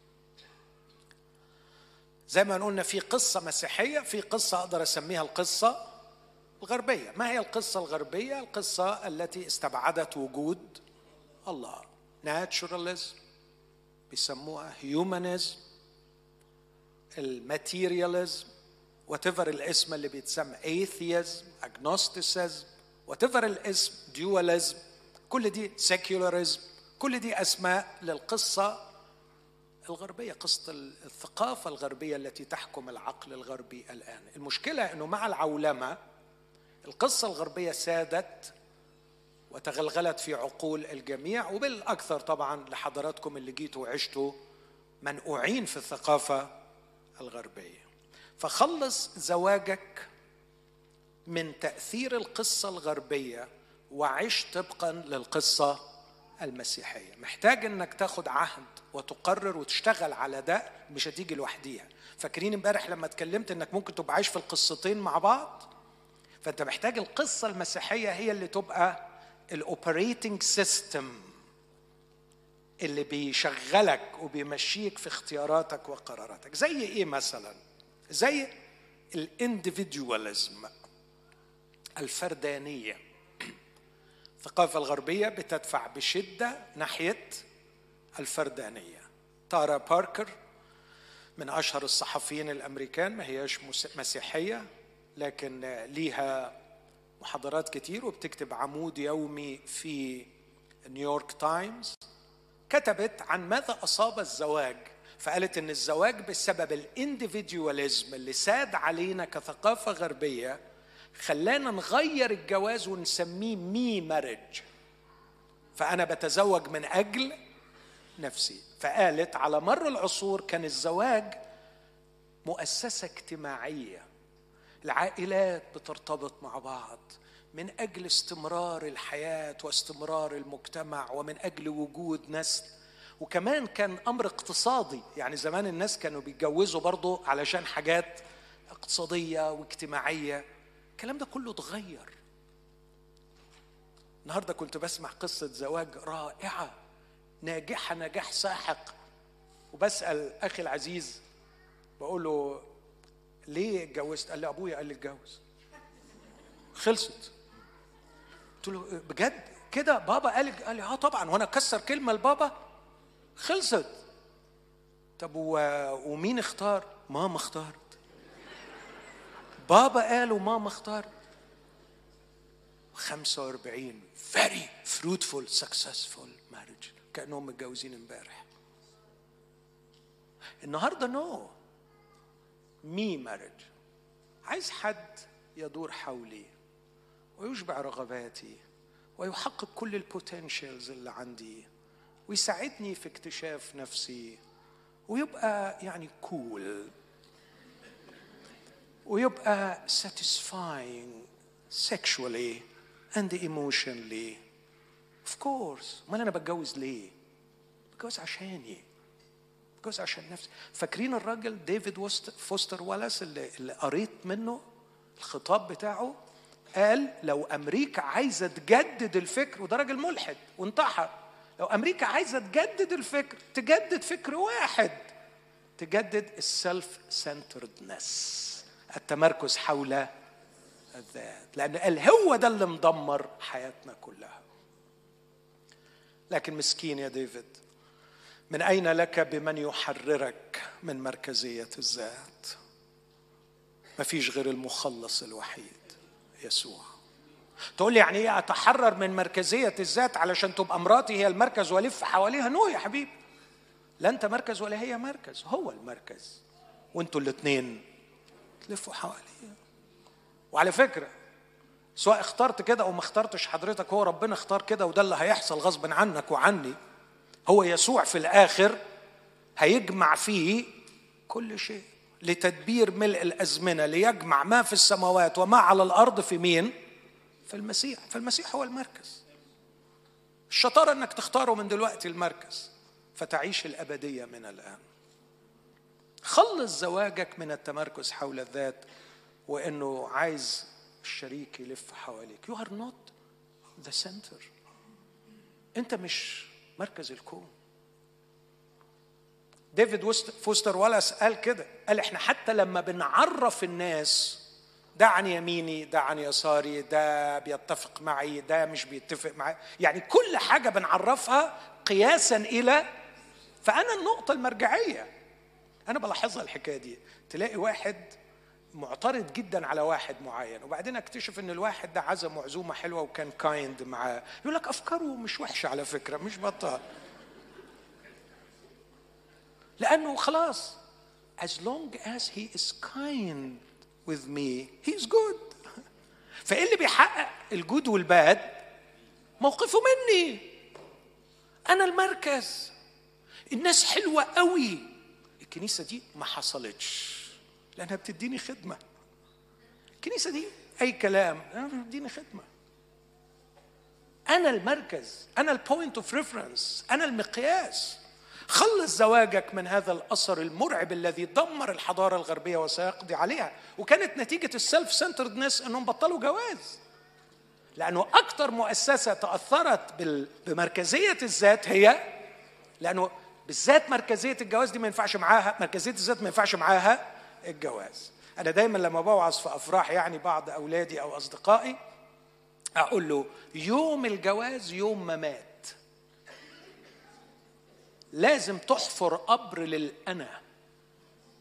زي ما قلنا في قصة مسيحية، في قصة أقدر أسميها القصة الغربية. ما هي القصة الغربية؟ القصة التي استبعدت وجود الله. ناتشوراليزم بيسموها، هيومانيزم، الماتيرياليزم، whatever الاسم اللي بيتسمى، atheism, agnosticism, whatever الاسم، dualism، كل دي secularism، كل دي أسماء للقصة الغربية، قصة الثقافة الغربية التي تحكم العقل الغربي الآن. المشكلة أنه مع العولمة القصة الغربية سادت وتغلغلت في عقول الجميع، وبالأكثر طبعا لحضراتكم اللي جيتوا وعشتوا منقوعين في الثقافة الغربية. فخلص زواجك من تأثير القصة الغربية وعيش طبقا للقصة المسيحية. محتاج انك تاخد عهد وتقرر وتشتغل على ده، مش هتيجي لوحديها. فاكرين امبارح لما اتكلمت انك ممكن تبقى عايش في القصتين مع بعض؟ فانت محتاج القصة المسيحية هي اللي تبقى الاوبريتنج سيستم اللي بيشغلك وبيمشيك في اختياراتك وقراراتك. زي ايه مثلا؟ زي الانديفيدواليزم، الفردانية. الثقافة الغربية بتدفع بشدة ناحية الفردانية. تارا باركر من أشهر الصحفيين الأمريكان، ما هياش مسيحية لكن ليها محاضرات كتير وبتكتب عمود يومي في نيويورك تايمز. كتبت عن ماذا أصاب الزواج، فقالت إن الزواج بسبب الانديفيديواليزم اللي ساد علينا كثقافة غربية خلانا نغير الجواز ونسميه مي مارج، فأنا بتزوج من أجل نفسي. فقالت على مر العصور كان الزواج مؤسسة اجتماعية، العائلات بترتبط مع بعض من أجل استمرار الحياة واستمرار المجتمع ومن أجل وجود نسل. وكمان كان أمر اقتصادي، يعني زمان الناس كانوا بيتجوزوا برضو علشان حاجات اقتصادية واجتماعية. الكلام ده كله اتغير. النهاردة كنت بسمع قصة زواج رائعة ناجحة نجاح ساحق، وبسأل أخي العزيز بقول له ليه اتجوزت؟ قال لي أبويا قال لي اتجوز. خلصت. قلت له بجد كده بابا قال لي؟ قال لي اه طبعا، وانا اكسر كلمه لبابا؟ خلصت. طب ومين اختار؟ ماما اختارت. بابا قال وماما اختارت. خمسة وأربعين very fruitful successful marriage، كأنهم متجوزين امبارح. النهارده نو مي مارج. عايز حد يدور حولي ويشبع رغباتي ويحقق كل البوتنشلز اللي عندي ويساعدني في اكتشاف نفسي ويبقى يعني cool ويبقى satisfying sexually and emotionally. of course. ما أنا بتجوز ليه؟ بتجوز عشاني، بتجوز عشان نفسي. فاكرين الراجل ديفيد فوستر والاس اللي, اللي قريت منه الخطاب بتاعه؟ قال لو أمريكا عايزة تجدد الفكر، وده راجل ملحد وانتحر، لو أمريكا عايزة تجدد الفكر تجدد فكر واحد، تجدد السلف سنتردنس، التمركز حول الذات، لأن قال هو ده اللي مدمر حياتنا كلها. لكن مسكين يا ديفيد، من أين لك بمن يحررك من مركزية الذات؟ ما فيش غير المخلص الوحيد يسوع. تقول لي يعني ايه اتحرر من مركزية الذات علشان تبقى مراتي هي المركز والف حواليها؟ نو يا حبيبي، لا انت مركز ولا هي مركز، هو المركز وانتوا الاثنين تلفوا حواليه. وعلى فكرة سواء اخترت كده او ما اخترتش حضرتك، هو ربنا اختار كده وده اللي هيحصل غصب عنك وعني. هو يسوع في الاخر هيجمع فيه كل شيء لتدبير ملء الأزمنة، ليجمع ما في السماوات وما على الأرض في مين؟ في المسيح. فالمسيح هو المركز. الشطارة أنك تختاره من دلوقتي المركز فتعيش الأبدية من الآن. خلص زواجك من التمركز حول الذات وأنه عايز الشريك يلف حواليك. You are not the center. أنت مش مركز الكون. ديفيد فوستر والاس قال كده، قال احنا حتى لما بنعرف الناس ده عن يميني ده عن يساري، ده بيتفق معي ده مش بيتفق معي، يعني كل حاجة بنعرفها قياسا إلى، فأنا النقطة المرجعية. أنا بلاحظها الحكاية دي، تلاقي واحد معترض جدا على واحد معين وبعدين اكتشف ان الواحد ده عزم عزومة حلوة وكان كايند معاه، يقول لك أفكاره مش وحشة على فكرة، مش بطال، لأنه خلاص as long as he is kind with me he is good. فإيه اللي بيحقق الجود والباد؟ موقفه مني، أنا المركز. الناس حلوة قوي، الكنيسة دي ما حصلتش لأنها بتديني خدمة. الكنيسة دي أي كلام، أنا بتديني خدمة. أنا المركز، أنا البوينت اوف ريفرنس، أنا المقياس. خلص زواجك من هذا الأثر المرعب الذي دمر الحضارة الغربية وسيقضي عليها، وكانت نتيجة السلف سنتردنس أنهم بطلوا جواز، لأنه أكثر مؤسسة تأثرت بمركزية الذات هي، لأنه بالذات مركزية الجواز دي ما ينفعش معاها، مركزية الذات ما ينفعش معاها الجواز. أنا دايما لما بوعظ في أفراح يعني بعض أولادي أو أصدقائي أقول له يوم الجواز يوم ما مات لازم تحفر قبر للأنا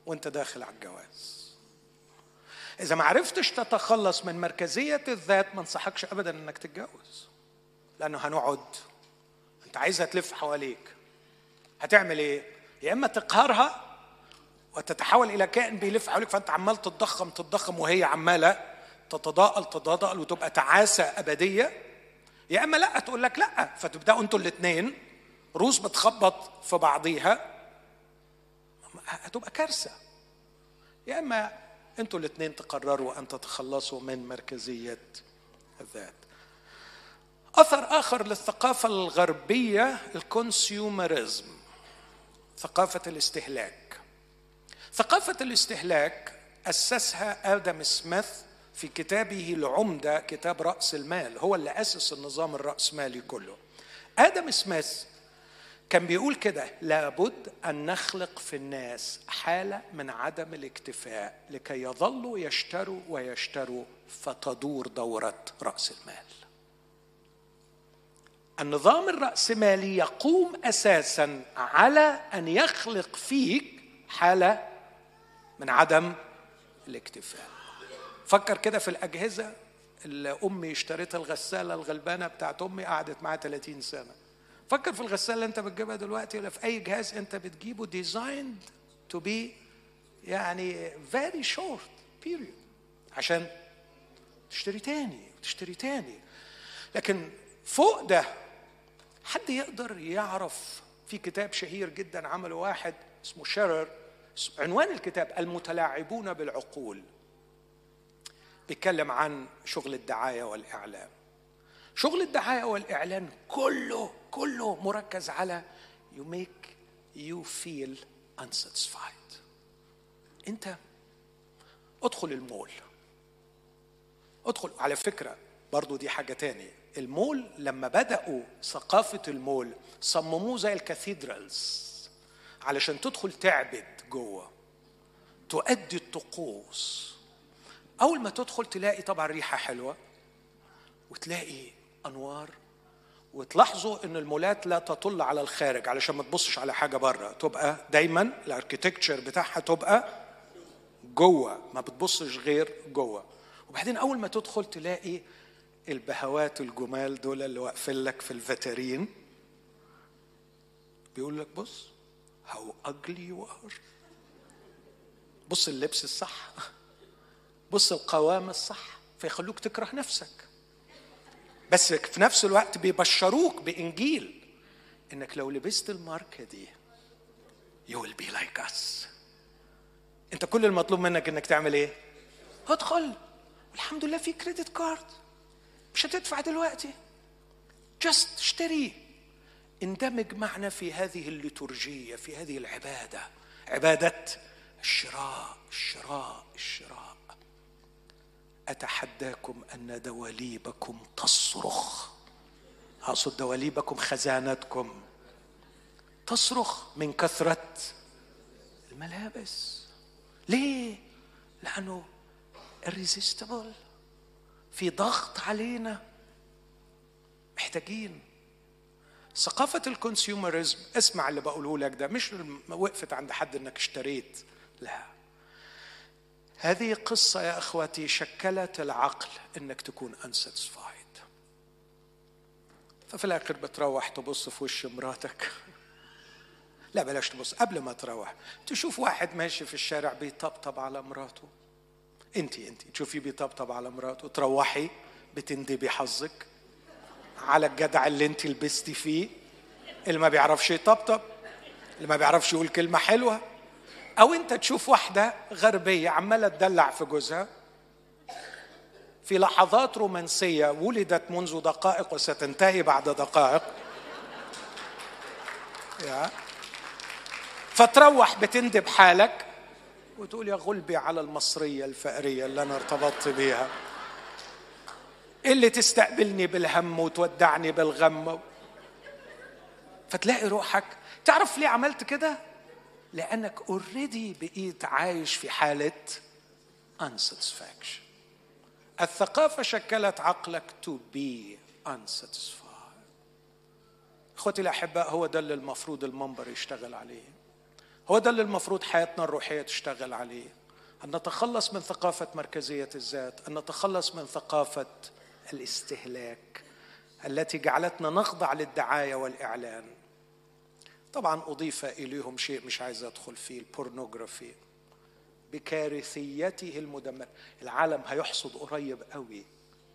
وانت داخل على الجواز. إذا ما عرفتش تتخلص من مركزية الذات ما انصحكش أبدا أنك تتجوز، لأنه هنقعد أنت عايزها تلف حواليك. هتعمل إيه؟ يا إما تقهرها وتتحول إلى كائن بيلف حواليك فأنت عمال تتضخم تتضخم وهي عمالة تتضاءل تتضاءل وتبقى تعاسة أبدية، يا إما لا تقول لك لا، فتبدأوا أنتوا الاثنين روس بتخبط في بعضيها، هتبقى كارثة. يا إما أنتوا الاثنين تقرروا أن تتخلصوا من مركزية الذات. أثر آخر للثقافة الغربية الكونسيومرزم، ثقافة الاستهلاك. ثقافة الاستهلاك أسسها آدم سميث في كتابه العمدة، كتاب رأس المال، هو اللي أسس النظام الرأسمالي كله. آدم سميث كان بيقول كده: لابد أن نخلق في الناس حالة من عدم الاكتفاء لكي يظلوا يشتروا ويشتروا فتدور دورة رأس المال. النظام الرأسمالي يقوم أساساً على أن يخلق فيك حالة من عدم الاكتفاء. فكر كده في الأجهزة اللي أمي اشتريتها، الغسالة الغلبانة بتاعت أمي قعدت معها ثلاثين سنة. فكر في الغسالة اللي أنت بتجيبها دلوقتي ولا في أي جهاز أنت بتجيبه designed to be يعني very short period عشان تشتري تاني وتشتري تاني. لكن فوق ده حد يقدر يعرف؟ في كتاب شهير جدا عمله واحد اسمه شيرر، عنوان الكتاب المتلاعبون بالعقول، بيتكلم عن شغل الدعاية والإعلان. شغل الدعاية والإعلان كله كله مركز على you make you feel unsatisfied. انت ادخل المول، ادخل. على فكرة برضو دي حاجة تاني، المول لما بدأوا ثقافة المول صمموه زي الكاثيدرالز علشان تدخل تعبد جوه، تؤدي الطقوس. أول ما تدخل تلاقي طبعا ريحة حلوة وتلاقي أنوار، وتلاحظوا إن المولات لا تطل على الخارج علشان ما تبصش على حاجة بره، تبقى دايما الاركيتكتشر بتاعها تبقى جوه، ما بتبصش غير جوه. وبعدين أول ما تدخل تلاقي البهوات الجمال دول اللي واقفين لك في الفترين بيقول لك بص how ugly you are، بص اللبس الصح، بص القوام الصح، فيخلوك تكره نفسك. بس في نفس الوقت بيبشروك بإنجيل إنك لو لبست الماركة دي you will be like us. أنت كل المطلوب منك إنك تعمل إيه؟ ادخل، الحمد لله في كريدت كارد، مش هتدفع دلوقتي، just اشتري. اندمج معنا في هذه الليتورجية، في هذه العبادة، عبادة الشراء الشراء الشراء. أتحداكم أن دواليبكم تصرخ، أقصد دواليبكم خزانتكم تصرخ من كثرة الملابس. ليه؟ لأنه irresistible، في ضغط علينا، محتاجين. ثقافة الكونسيومرزم، اسمع اللي بقوله لك ده، مش وقفت عند حد انك اشتريت، لا، هذه قصة يا اخواتي شكلت العقل انك تكون unsatisfied. ففي الاخر بتروح تبص في وش مراتك، لا بلاش تبص، قبل ما تروح تشوف واحد ماشي في الشارع بيطبطب على مراته، انتي انتي تشوفي بيطبطب على مراته، تروحي بتندبي حظك على الجدع اللي انتي لبستي فيه، اللي ما بيعرفش يطبطب، اللي ما بيعرفش يقول كلمة حلوة. او انت تشوف واحدة غربية عمالة تدلع في جوزها في لحظات رومانسية ولدت منذ دقائق وستنتهي بعد دقائق، يا فتروح بتندب حالك وتقول يا غلبي على المصرية الفقرية اللي أنا ارتبطت بيها، اللي تستقبلني بالهم وتودعني بالغم. فتلاقي روحك، تعرف ليه عملت كده؟ لأنك already بقيت عايش في حالة unsatisfaction. الثقافة شكلت عقلك to be unsatisfied. أخوتي الأحباء، هو ده اللي المفروض المنبر يشتغل عليه. هو ده اللي المفروض حياتنا الروحية تشتغل عليه، أن نتخلص من ثقافة مركزية الذات، أن نتخلص من ثقافة الاستهلاك التي جعلتنا نخضع للدعاية والإعلان. طبعا أضيف إليهم شيء مش عايز أدخل فيه، البورنوغرافي بكارثيته المدمرة. العالم هيحصد قريب قوي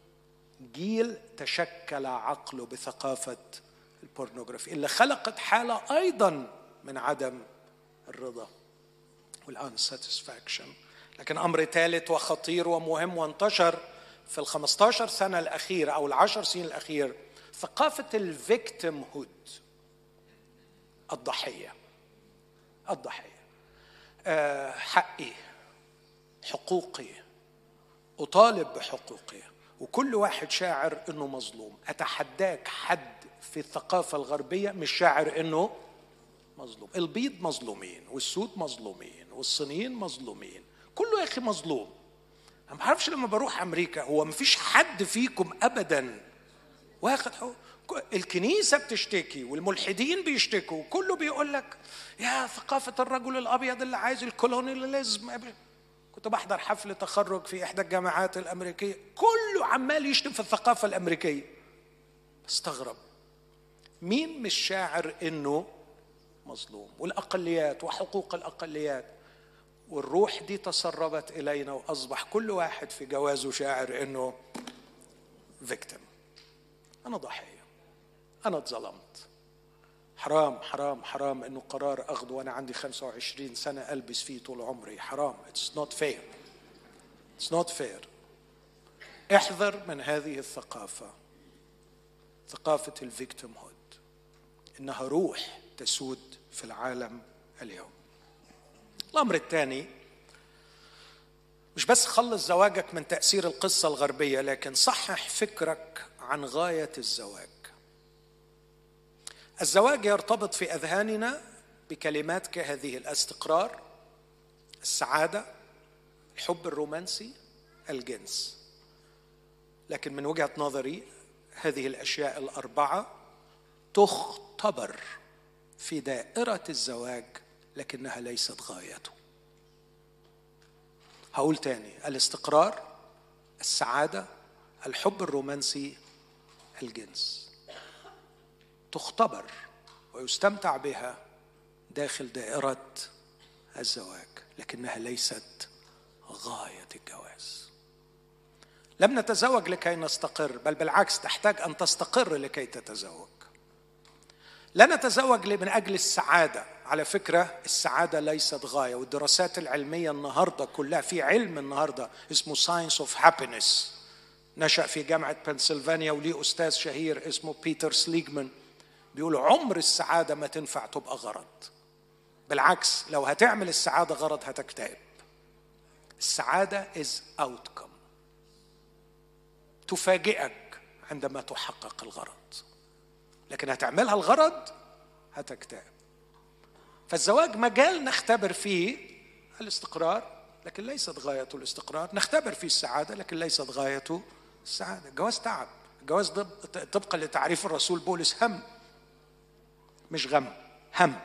جيل تشكل عقله بثقافة البورنوغرافي اللي خلقت حالة أيضا من عدم الرضا والانساتسفاكشن. لكن أمر ثالث وخطير ومهم وانتشر في الخمستاشر سنة الأخيرة أو العشر سنين الأخير، ثقافة الفيكتيم هود، الضحية. الضحية أه حقي، حقوقي، أطالب بحقوقي، وكل واحد شاعر إنه مظلوم. أتحداك حد في الثقافة الغربية مش شاعر إنه مظلوم. البيض مظلومين، والسود مظلومين، والصينيين مظلومين، كله يا أخي مظلوم. أنا ما بعرفش لما بروح أمريكا هو مفيش حد فيكم أبدا واخد حقوق. الكنيسة بتشتكي والملحدين بيشتكوا وكله بيقول لك يا ثقافة الرجل الأبيض اللي عايز الكولونياليزم. كنت بحضر حفل تخرج في إحدى الجامعات الأمريكية، كله عمال يشتم في الثقافة الأمريكية. استغرب، مين مش شاعر إنه مظلوم؟ والأقليات وحقوق الأقليات. والروح دي تسربت إلينا وأصبح كل واحد في جوازه شاعر إنه فيكتيم. أنا ضحية، أنا اتظلمت. حرام حرام حرام إنه قرار أخذه وأنا عندي خمسة وعشرين سنة ألبس فيه طول عمري. حرام. It's not fair. It's not fair. احذر من هذه الثقافة، ثقافة الفيكتيم هود، إنها روح تسود في العالم اليوم. الأمر الثاني، مش بس خلص زواجك من تأثير القصة الغربية، لكن صحح فكرك عن غاية الزواج. الزواج يرتبط في أذهاننا بكلمات كهذه: الاستقرار، السعادة، الحب الرومانسي، الجنس. لكن من وجهة نظري هذه الأشياء الأربعة تختبر في دائرة الزواج لكنها ليست غايته. هقول تاني: الاستقرار، السعادة، الحب الرومانسي، الجنس، تختبر ويستمتع بها داخل دائرة الزواج لكنها ليست غاية الجواز. لم نتزوج لكي نستقر، بل بالعكس تحتاج أن تستقر لكي تتزوج. لا نتزوج من أجل السعادة. على فكرة السعادة ليست غاية، والدراسات العلمية النهاردة كلها، في علم النهاردة اسمه Science of Happiness، نشأ في جامعة بنسلفانيا وليه أستاذ شهير اسمه بيتر سليجمان، بيقول عمر السعادة ما تنفع تبقى غرض. بالعكس، لو هتعمل السعادة غرض هتكتئب. السعادة is outcome، تفاجئك عندما تحقق الغرض، لكن هتعملها الغرض هتكتئب. فالزواج مجال نختبر فيه الاستقرار لكن ليست غايته الاستقرار، نختبر فيه السعادة لكن ليست غايته السعادة. الجواز تعب، الجواز طبقا لتعريف الرسول بولس هم، مش غم، هم،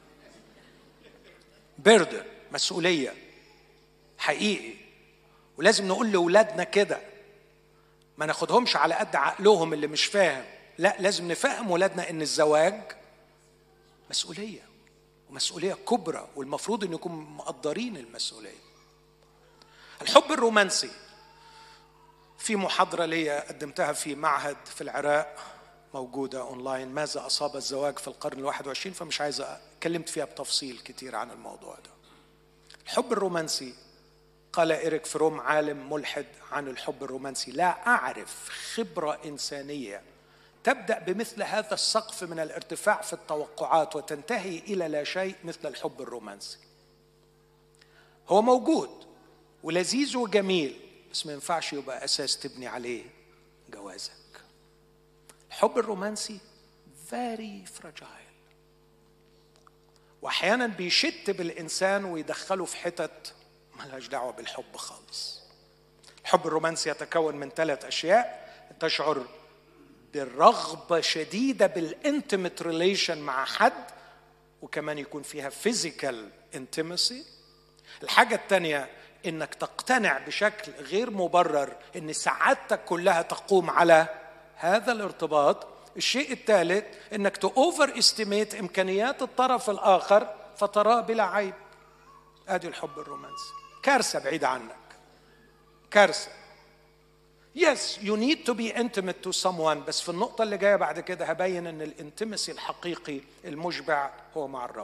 بردن، مسؤولية حقيقي. ولازم نقول لأولادنا كده، ما ناخدهمش على قد عقلهم اللي مش فاهم، لا، لازم نفهم ولادنا ان الزواج مسؤولية، ومسؤولية كبرى، والمفروض ان يكون مقدرين المسؤولية. الحب الرومانسي، في محاضرة لي قدمتها في معهد في العراق موجودة أونلاين، ماذا أصاب الزواج في القرن الواحد وعشرين، فمش عايز اتكلمت فيها بتفصيل كتير عن الموضوع ده. الحب الرومانسي، قال إريك فروم عالم ملحد عن الحب الرومانسي: لا أعرف خبرة إنسانية تبدأ بمثل هذا السقف من الارتفاع في التوقعات وتنتهي إلى لا شيء مثل الحب الرومانسي. هو موجود ولذيذ وجميل، بس ما ينفعش يبقى أساس تبني عليه جوازك. الحب الرومانسي very fragile، وأحيانا بيشت بالإنسان ويدخله في حتت ملهاش دعوة بالحب خالص. الحب الرومانسي يتكون من ثلاث أشياء: تشعر بالرغبة شديدة بالانتيميت ريليشن مع حد، وكمان يكون فيها physical intimacy. الحاجة الثانية إنك تقتنع بشكل غير مبرر إن سعادتك كلها تقوم على هذا الارتباط. الشيء الثالث إنك تأوفر استيميت إمكانيات الطرف الآخر فتراه بلا عيب. آدي الحب الرومانسي، كارثة بعيدة عنك، كارثة. Yes, you need to be intimate to someone، بس في النقطة اللي جاية بعد كده هبين إن الانتمسي الحقيقي المشبع هو مع الرب.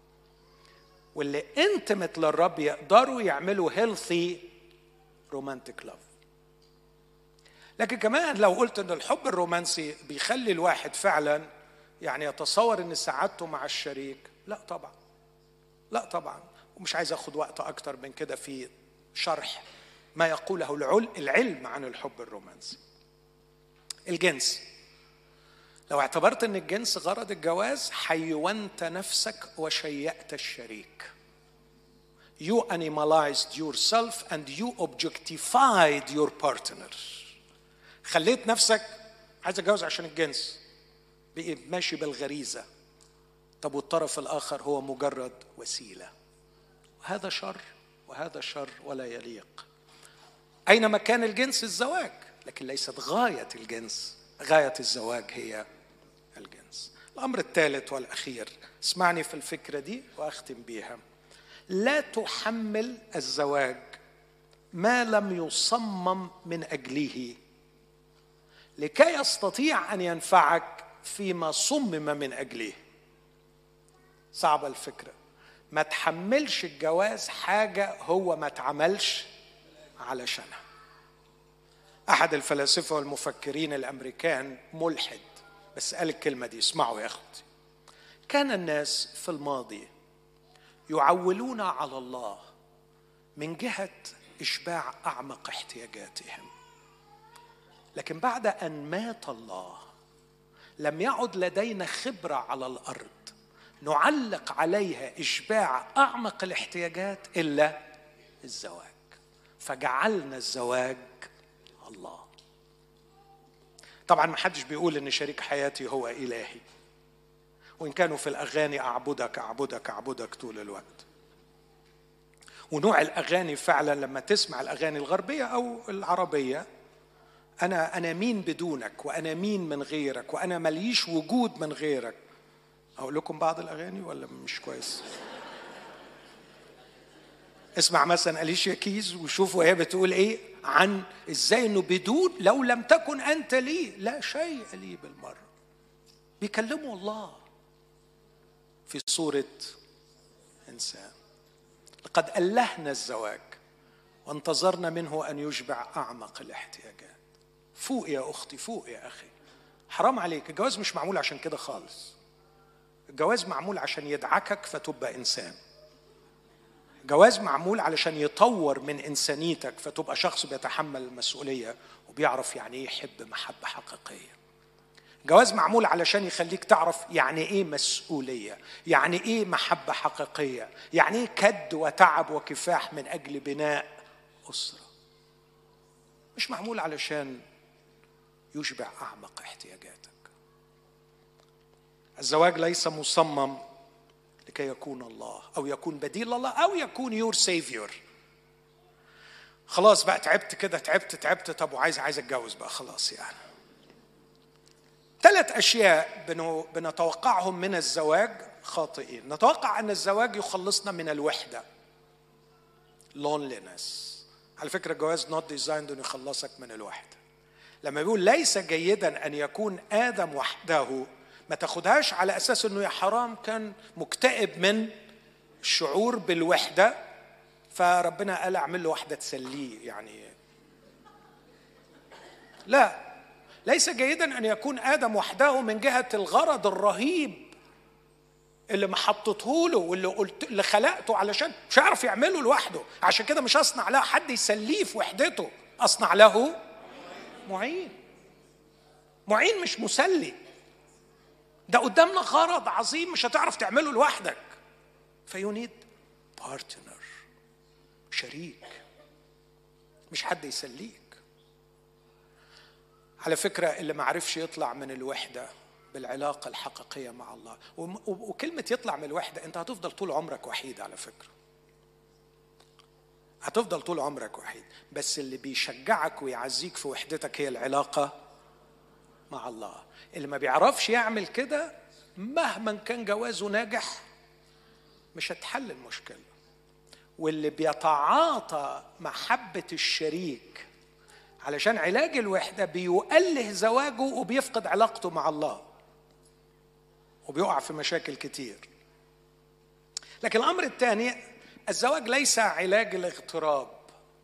واللي intimate للرب يقدروا يعملوا healthy romantic love. لكن كمان لو قلت إن الحب الرومانسي بيخلي الواحد فعلا يعني يتصور إن سعادته مع الشريك، لا طبعا، لا طبعا. ومش عايز أخذ وقت أكتر من كده في شرح ما يقوله العلم عن الحب الرومانسي. الجنس، لو اعتبرت ان الجنس غرض الجواز حيوانت نفسك وشيأت الشريك. You animalized yourself and you objectified your partner. خليت نفسك عايز اتجوز عشان الجنس، بقي ماشي بالغريزة. طب والطرف الآخر هو مجرد وسيلة، وهذا شر وهذا شر ولا يليق. أينما كان الجنس الزواج، لكن ليست غاية الجنس، غاية الزواج هي الجنس. الأمر الثالث والأخير، اسمعني في الفكرة دي وأختم بيها. لا تحمل الزواج ما لم يصمم من أجله لكي يستطيع أن ينفعك فيما صمم من أجله. صعبة الفكرة. ما تحملش الجواز حاجة هو ما تعملش علشانها. أحد الفلاسفة والمفكرين الأمريكان ملحد، بس قال الكلمة دي، اسمعوا يا أخوتي. كان الناس في الماضي يعولون على الله من جهة إشباع أعمق احتياجاتهم، لكن بعد أن مات الله لم يعد لدينا خبرة على الأرض نعلق عليها إشباع أعمق الاحتياجات إلا الزواج، فجعلنا الزواج الله. طبعا ما حدش بيقول إن شريك حياتي هو إلهي، وإن كانوا في الأغاني أعبدك أعبدك أعبدك طول الوقت. ونوع الأغاني فعلا لما تسمع الأغاني الغربية أو العربية، أنا أنا مين بدونك، وأنا مين من غيرك، وأنا مليش وجود من غيرك. أقول لكم بعض الأغاني ولا مش كويس؟ اسمع مثلا أليشيا كيز وشوف وهي بتقول إيه عن إزاي إنه بدون لو لم تكن أنت لي لا شيء لي بالمرة. بيكلموا الله في صورة إنسان. لقد ألهنا الزواج وانتظرنا منه أن يشبع أعمق الاحتياجات. فوق يا أختي، فوق يا أخي، حرام عليك. الجواز مش معمول عشان كده خالص. الجواز معمول عشان يدعكك فتبقى إنسان. الجواز معمول علشان يطور من إنسانيتك فتبقى شخص بيتحمل المسؤولية وبيعرف يعني إيه يحب محبة حقيقية. الجواز معمول علشان يخليك تعرف يعني إيه مسؤولية، يعني إيه محبة حقيقية، يعني إيه كد وتعب وكفاح من أجل بناء أسرة. مش معمول علشان يشبع أعمق احتياجاتك. الزواج ليس مصمم لكي يكون الله أو يكون بديل الله أو يكون يور سيفيور. خلاص بقى تعبت كده، تعبت تعبت طب وعايز عايز اتجوز بقى خلاص. يعني ثلاث أشياء بنتوقعهم من الزواج خاطئين. نتوقع أن الزواج يخلصنا من الوحدة، loneliness. على فكرة الجواز not designed أن يخلصك من الوحدة. لما بيقول ليس جيدا أن يكون آدم وحده، ما تاخدهاش على أساس أنه يا حرام كان مكتئب من الشعور بالوحدة فربنا قال أعمل له واحدة تسليه. يعني لا، ليس جيدا أن يكون آدم وحده من جهة الغرض الرهيب اللي ما حطته له واللي قلت اللي خلقته علشان مش عارف يعمله لوحده. عشان كده مش أصنع له حد يسليه في وحدته، أصنع له معين. معين مش مسلي. ده قدامنا غرض عظيم مش هتعرف تعمله لوحدك. فيونيد بارتنر، شريك، مش حد يسليك. على فكرة اللي ما عرفش يطلع من الوحدة بالعلاقة الحقيقية مع الله. وكلمة يطلع من الوحدة، انت هتفضل طول عمرك وحيد على فكرة، هتفضل طول عمرك وحيد، بس اللي بيشجعك ويعزيك في وحدتك هي العلاقة مع الله. اللي ما بيعرفش يعمل كده مهما كان جوازه ناجح مش هتحل المشكلة. واللي بيتعاطى محبة الشريك علشان علاج الوحدة بيؤله زواجه وبيفقد علاقته مع الله وبيقع في مشاكل كتير. لكن الأمر الثاني، الزواج ليس علاج الاغتراب.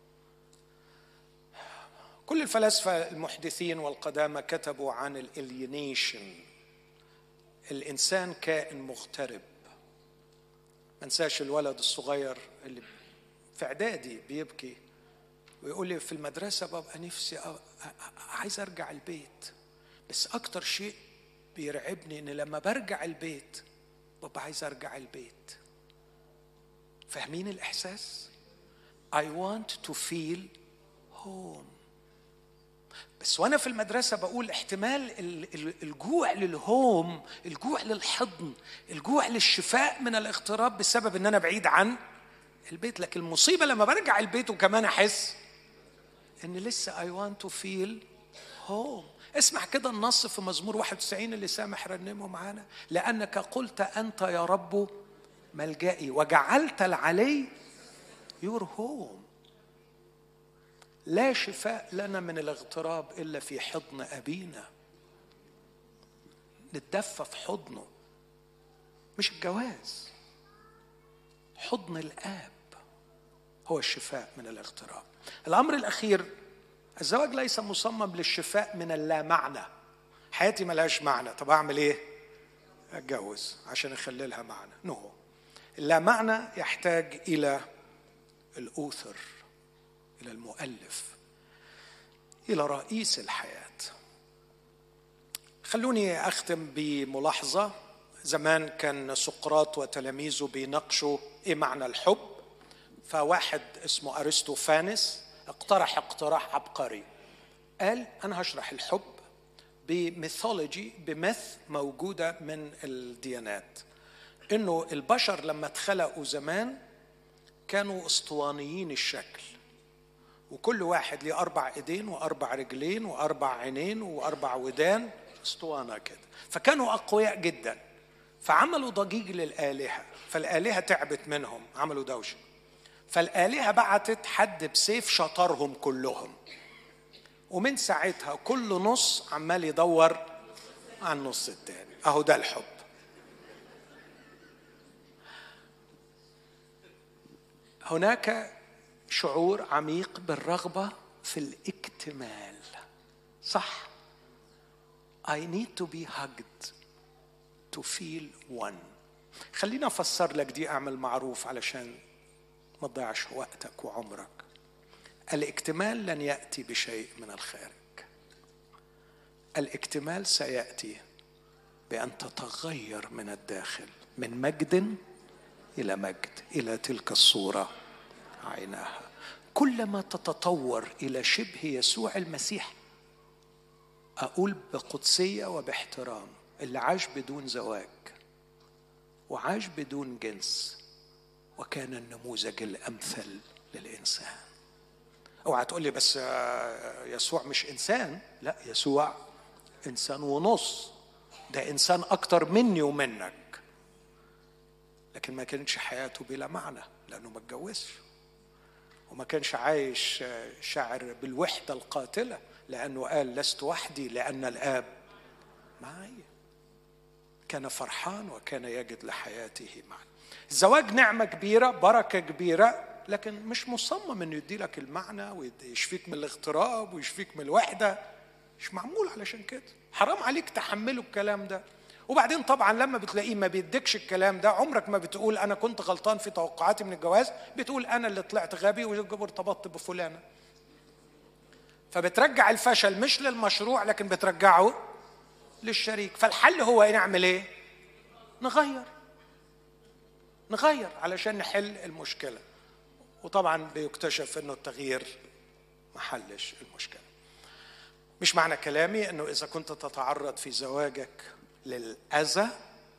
كل الفلاسفة المحدثين والقدامى كتبوا عن الالينيشن، الإنسان كائن مغترب. ما انساش الولد الصغير اللي في إعدادي بيبكي ويقول لي في المدرسة بابا نفسي أ... عايز أرجع البيت، بس أكتر شيء بيرعبني إن لما برجع البيت بابا عايز أرجع البيت. فاهمين الإحساس؟ I want to feel home. بس وأنا في المدرسة بقول احتمال الجوع للهوم، الجوع للحضن، الجوع للشفاء من الاغتراب بسبب إن أنا بعيد عن البيت. لكن المصيبة لما برجع البيت وكمان أحس إن لسه I want to feel home. اسمع كده النص في مزمور واحد وتسعين اللي سامح رنمه معانا: لأنك قلت أنت يا رب ملجئي وجعلت العلي your home. لا شفاء لنا من الاغتراب إلا في حضن أبينا، نتدفى في حضنه، مش الجواز، حضن الآب هو الشفاء من الاغتراب. الأمر الأخير، الزواج ليس مصمم للشفاء من اللا معنى. حياتي ملهاش معنى، طب أعمل إيه؟ أتجوز عشان أخلي لها معنى. نو، اللا معنى يحتاج إلى الأوثر، إلى المؤلف، إلى رئيس الحياة. خلوني أختم بملاحظة. زمان كان سقراط وتلاميذه بيناقشوا إيه معنى الحب، فواحد اسمه أرسطوفانس اقترح اقتراح عبقري. قال أنا هشرح الحب بميثولوجي، بمث موجودة من الديانات، إنه البشر لما اتخلقوا زمان كانوا اسطوانيين الشكل، وكل واحد ليه أربع إيدين وأربع رجلين وأربع عينين وأربع ودان، اسطوانة كده. فكانوا أقوياء جدا، فعملوا ضجيج للآلهة، فالآلهة تعبت منهم، عملوا دوشة، فالآلهة بعتت حد بسيف شطرهم كلهم، ومن ساعتها كل نص عمال يدور عن النص التاني. أهو ده الحب. هناك شعور عميق بالرغبة في الاكتمال، صح؟ I need to be hugged to feel one. خلينا أفسر لك دي، أعمل معروف علشان ما تضيعش وقتك وعمرك. الاكتمال لن يأتي بشيء من الخارج، الاكتمال سيأتي بأن تتغير من الداخل، من مجد إلى مجد، إلى تلك الصورة عيناها. كلما تتطور إلى شبه يسوع المسيح، أقول بقدسية وباحترام، اللي عاش بدون زواج وعاش بدون جنس وكان النموذج الأمثل للإنسان. اوعى تقول لي بس يسوع مش إنسان. لا، يسوع إنسان ونص، ده إنسان أكتر مني ومنك، لكن ما كانتش حياته بلا معنى لأنه ما اتجوزش، وما كانش عايش شاعر بالوحدة القاتلة لأنه قال لست وحدي لأن الآب معي. كان فرحان وكان يجد لحياته معنى. الزواج نعمة كبيرة، بركة كبيرة، لكن مش مصمم انه يدي لك المعنى ويشفيك من الاغتراب ويشفيك من الوحدة. مش معمول علشان كده. حرام عليك تحمله الكلام ده. وبعدين طبعا لما بتلاقيه ما بيدكش الكلام ده، عمرك ما بتقول انا كنت غلطان في توقعاتي من الجواز، بتقول انا اللي طلعت غبي وارتبطت بفلانة. فبترجع الفشل مش للمشروع لكن بترجعه للشريك. فالحل هو ايه؟ نعمل ايه؟ نغير نغير علشان نحل المشكلة. وطبعا بيكتشف انه التغيير محلش المشكلة. مش معنى كلامي انه اذا كنت تتعرض في زواجك للأذى.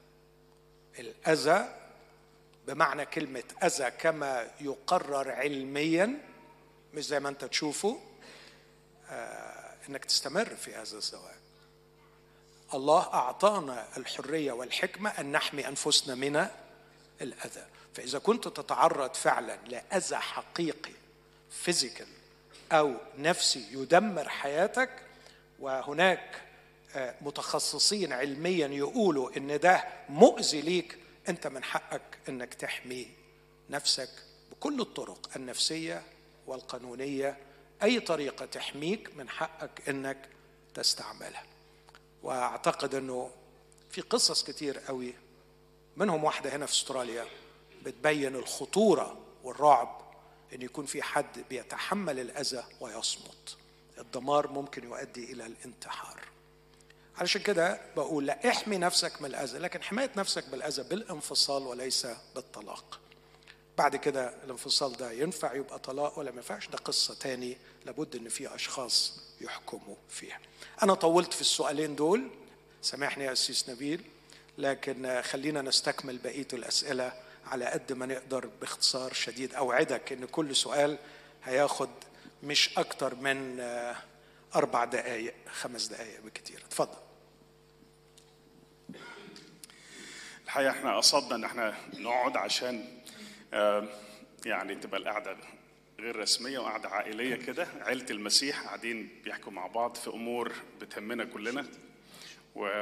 الأذى بمعنى كلمة أذى كما يقرر علميا، مش زي ما أنت تشوفه، آه إنك تستمر في هذا الزواج. الله أعطانا الحرية والحكمة أن نحمي أنفسنا من الأذى. فإذا كنت تتعرض فعلا لأذى حقيقي فيزيكال أو نفسي يدمر حياتك، وهناك متخصصين علميا يقولوا إن ده مؤذي ليك، أنت من حقك أنك تحمي نفسك بكل الطرق النفسية والقانونية. أي طريقة تحميك من حقك أنك تستعملها. وأعتقد أنه في قصص كتير قوي، منهم واحدة هنا في استراليا بتبين الخطورة والرعب أن يكون في حد بيتحمل الأذى ويصمت. الدمار ممكن يؤدي إلى الانتحار. علشان كده بقول لا، احمي نفسك من الأذى، لكن حماية نفسك بالأذى بالانفصال وليس بالطلاق. بعد كده الانفصال ده ينفع يبقى طلاق ولا ما ينفعش، ده قصة تاني لابد ان في اشخاص يحكموا فيها. انا طولت في السؤالين دول، سامحني يا أسيس نبيل، لكن خلينا نستكمل بقية الأسئلة على قد ما نقدر باختصار شديد. أوعدك ان كل سؤال هياخد مش اكتر من اربع دقائق خمس دقائق بكتير. اتفضل. الحقيقة احنا قصدنا ان احنا نقعد عشان يعني تبقى القعدة غير رسمية وقعدة عائلية كده، عيلة المسيح قاعدين بيحكوا مع بعض في امور بتهمنا كلنا. و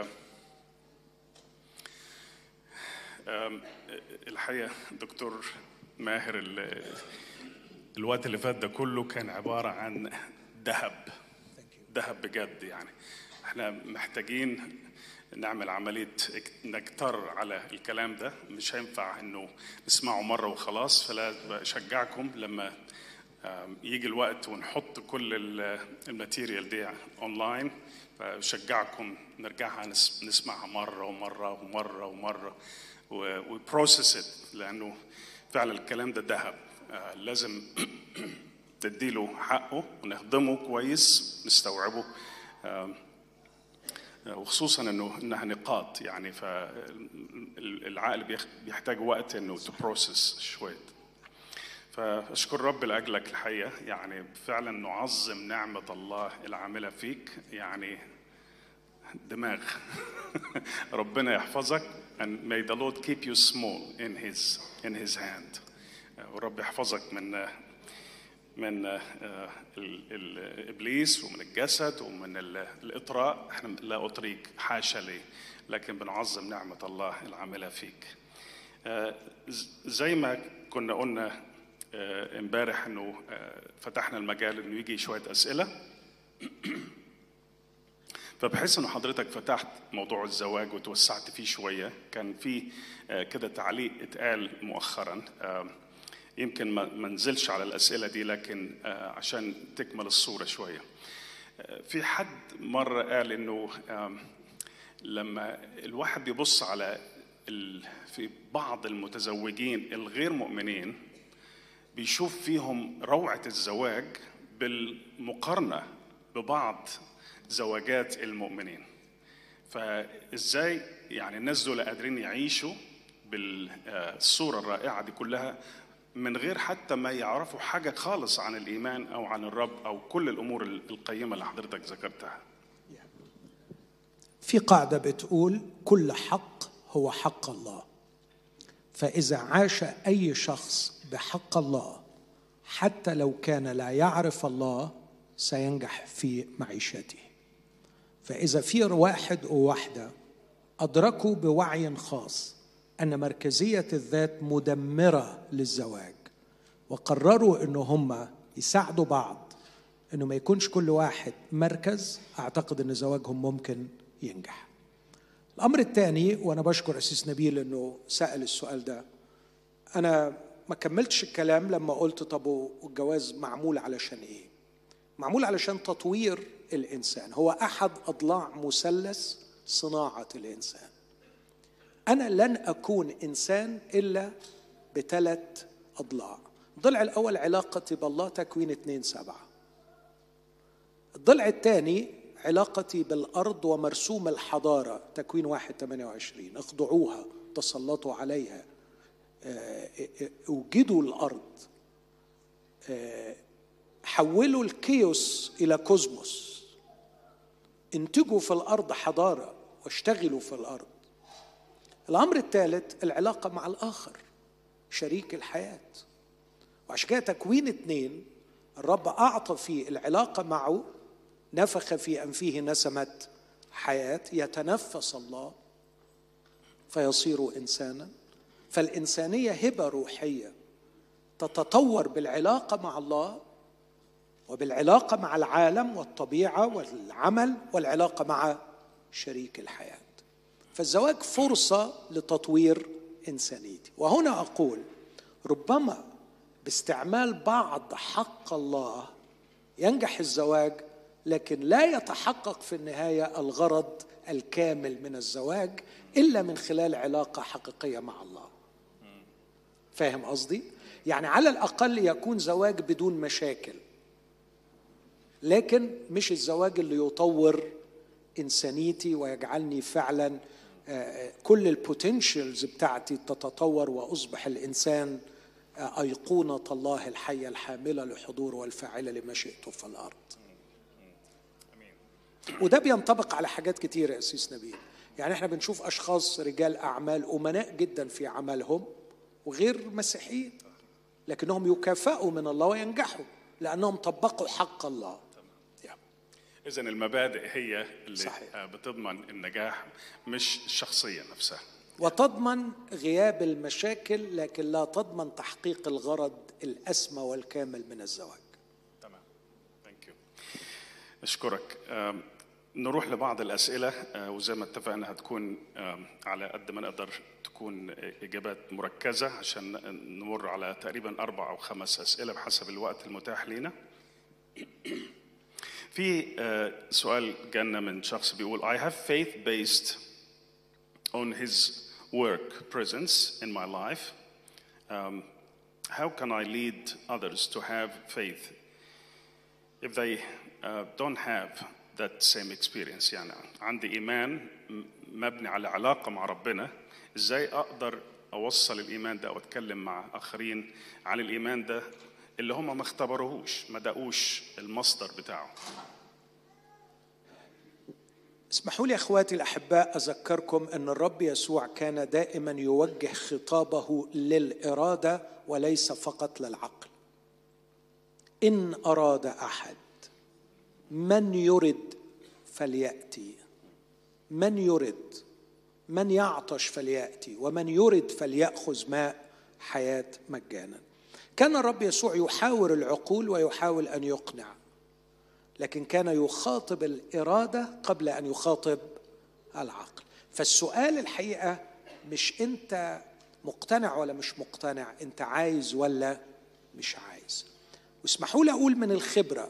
الحقيقة دكتور ماهر، الوقت اللي فات ده كله كان عبارة عن ذهب ذهب بجد. يعني احنا محتاجين نعمل عملية نكتر على الكلام ده، مش هينفع انه نسمعه مرة وخلاص. فلا بشجعكم لما يجي الوقت ونحط كل الماتيريال دي اونلاين، بشجعكم نرجعها نسمعها مرة ومرة ومرة ومرة وبروسس، لانه فعلا الكلام ده ذهب لازم تديله حقه ونهضمه كويس نستوعبه، وخصوصا انه انها نقاط يعني، فالعقل بيحتاج وقت انه تبروسس شويه. فاشكر رب لاجلك الحقيقه، يعني فعلا نعظم نعمه الله العامله فيك، يعني دماغ. ربنا يحفظك and may the Lord keep you small in his in his hand. ورب يحفظك من من الإبليس ومن الجسد ومن الإطراء. احنا لا أطريك حاشا لي، لكن بنعظم نعمة الله العاملة فيك. زي ما كنا قلنا امبارح انه فتحنا المجال انه يجي شوية أسئلة، فبحس انه حضرتك فتحت موضوع الزواج وتوسعت فيه شوية. كان في كده تعليق اتقال مؤخرا، يمكن ما نزلش على الأسئلة دي، لكن عشان تكمل الصورة شوية. في حد مرة قال إنه لما الواحد بيبص على في بعض المتزوجين الغير مؤمنين بيشوف فيهم روعة الزواج بالمقارنة ببعض زواجات المؤمنين. فإزاي يعني الناس دول قادرين يعيشوا بالصورة الرائعة دي كلها من غير حتى ما يعرفوا حاجة خالص عن الإيمان أو عن الرب أو كل الأمور القيمة اللي حضرتك ذكرتها؟ في قاعدة بتقول كل حق هو حق الله. فإذا عاش أي شخص بحق الله حتى لو كان لا يعرف الله سينجح في معيشته. فإذا في واحد أو واحدة أدركوا بوعي خاص أن مركزية الذات مدمرة للزواج، وقرروا أنه هم يساعدوا بعض أنه ما يكونش كل واحد مركز، أعتقد أن زواجهم ممكن ينجح. الأمر الثاني، وأنا بشكر أسيس نبيل أنه سأل السؤال ده، أنا ما كملتش الكلام لما قلت طب الجواز معمول علشان إيه؟ معمول علشان تطوير الإنسان، هو أحد أضلاع مثلث صناعة الإنسان. أنا لن أكون إنسان إلا بثلاث أضلاع. الضلع الأول علاقتي بالله، تكوين اثنين سبعة. الضلع الثاني علاقتي بالأرض ومرسوم الحضارة، تكوين واحد ثمانية وعشرين، اخضعوها تسلطوا عليها، اوجدوا الأرض، حولوا الكيوس إلى كوزموس، انتجوا في الأرض حضارة واشتغلوا في الأرض. الأمر الثالث العلاقة مع الآخر، شريك الحياة. وعشان كده تكوين اثنين الرب أعطى فيه العلاقة معه، نفخ في أنفه نسمة حياة، يتنفس الله فيصير إنسانا. فالإنسانية هبة روحية تتطور بالعلاقة مع الله وبالعلاقة مع العالم والطبيعة والعمل والعلاقة مع شريك الحياة. فالزواج فرصة لتطوير إنسانيتي. وهنا أقول ربما باستعمال بعض حق الله ينجح الزواج، لكن لا يتحقق في النهاية الغرض الكامل من الزواج إلا من خلال علاقة حقيقية مع الله. فاهم قصدي؟ يعني على الأقل يكون زواج بدون مشاكل، لكن مش الزواج اللي يطور إنسانيتي ويجعلني فعلا كل البوتنشلز بتاعتي تتطور وأصبح الإنسان أيقونة الله الحية الحاملة لحضور والفاعلة لمشيئته في الأرض. وده بينطبق على حاجات كتيرة يا أسيس نبيل. يعني احنا بنشوف أشخاص رجال أعمال أمناء جدا في عملهم وغير مسيحيين، لكنهم يكافئوا من الله وينجحوا لأنهم طبقوا حق الله. إذن المبادئ هي اللي صحيح. بتضمن النجاح مش الشخصية نفسها، وتضمن غياب المشاكل لكن لا تضمن تحقيق الغرض الأسمى والكامل من الزواج. تمام. ثانك يو. أشكرك. نروح لبعض الأسئلة، وزي ما اتفقنا هتكون على قد ما نقدر تكون إجابات مركزة عشان نمر على تقريبا أربع أو خمس أسئلة بحسب الوقت المتاح لنا. في سؤال جانا من شخص بيقول I have faith based on his work presence in my life. Um, how can I lead others to have faith if they uh, don't have that same experience؟ يعني عندي إيمان مبني على علاقة مع ربنا، إزاي أقدر أوصل الإيمان ده أو أتكلم مع آخرين عن الإيمان ده اللي هم ما اختبروهوش، ما دقوش المصدر بتاعه؟ اسمحوا لي أخواتي الأحباء أذكركم أن الرب يسوع كان دائما يوجه خطابه للإرادة وليس فقط للعقل. إن أراد أحد، من يرد فليأتي، من يرد، من يعطش فليأتي، ومن يرد فليأخذ ماء حياة مجانا. كان الرب يسوع يحاور العقول ويحاول أن يقنع، لكن كان يخاطب الإرادة قبل أن يخاطب العقل. فالسؤال الحقيقة مش أنت مقتنع ولا مش مقتنع، أنت عايز ولا مش عايز. واسمحوا لي أقول من الخبرة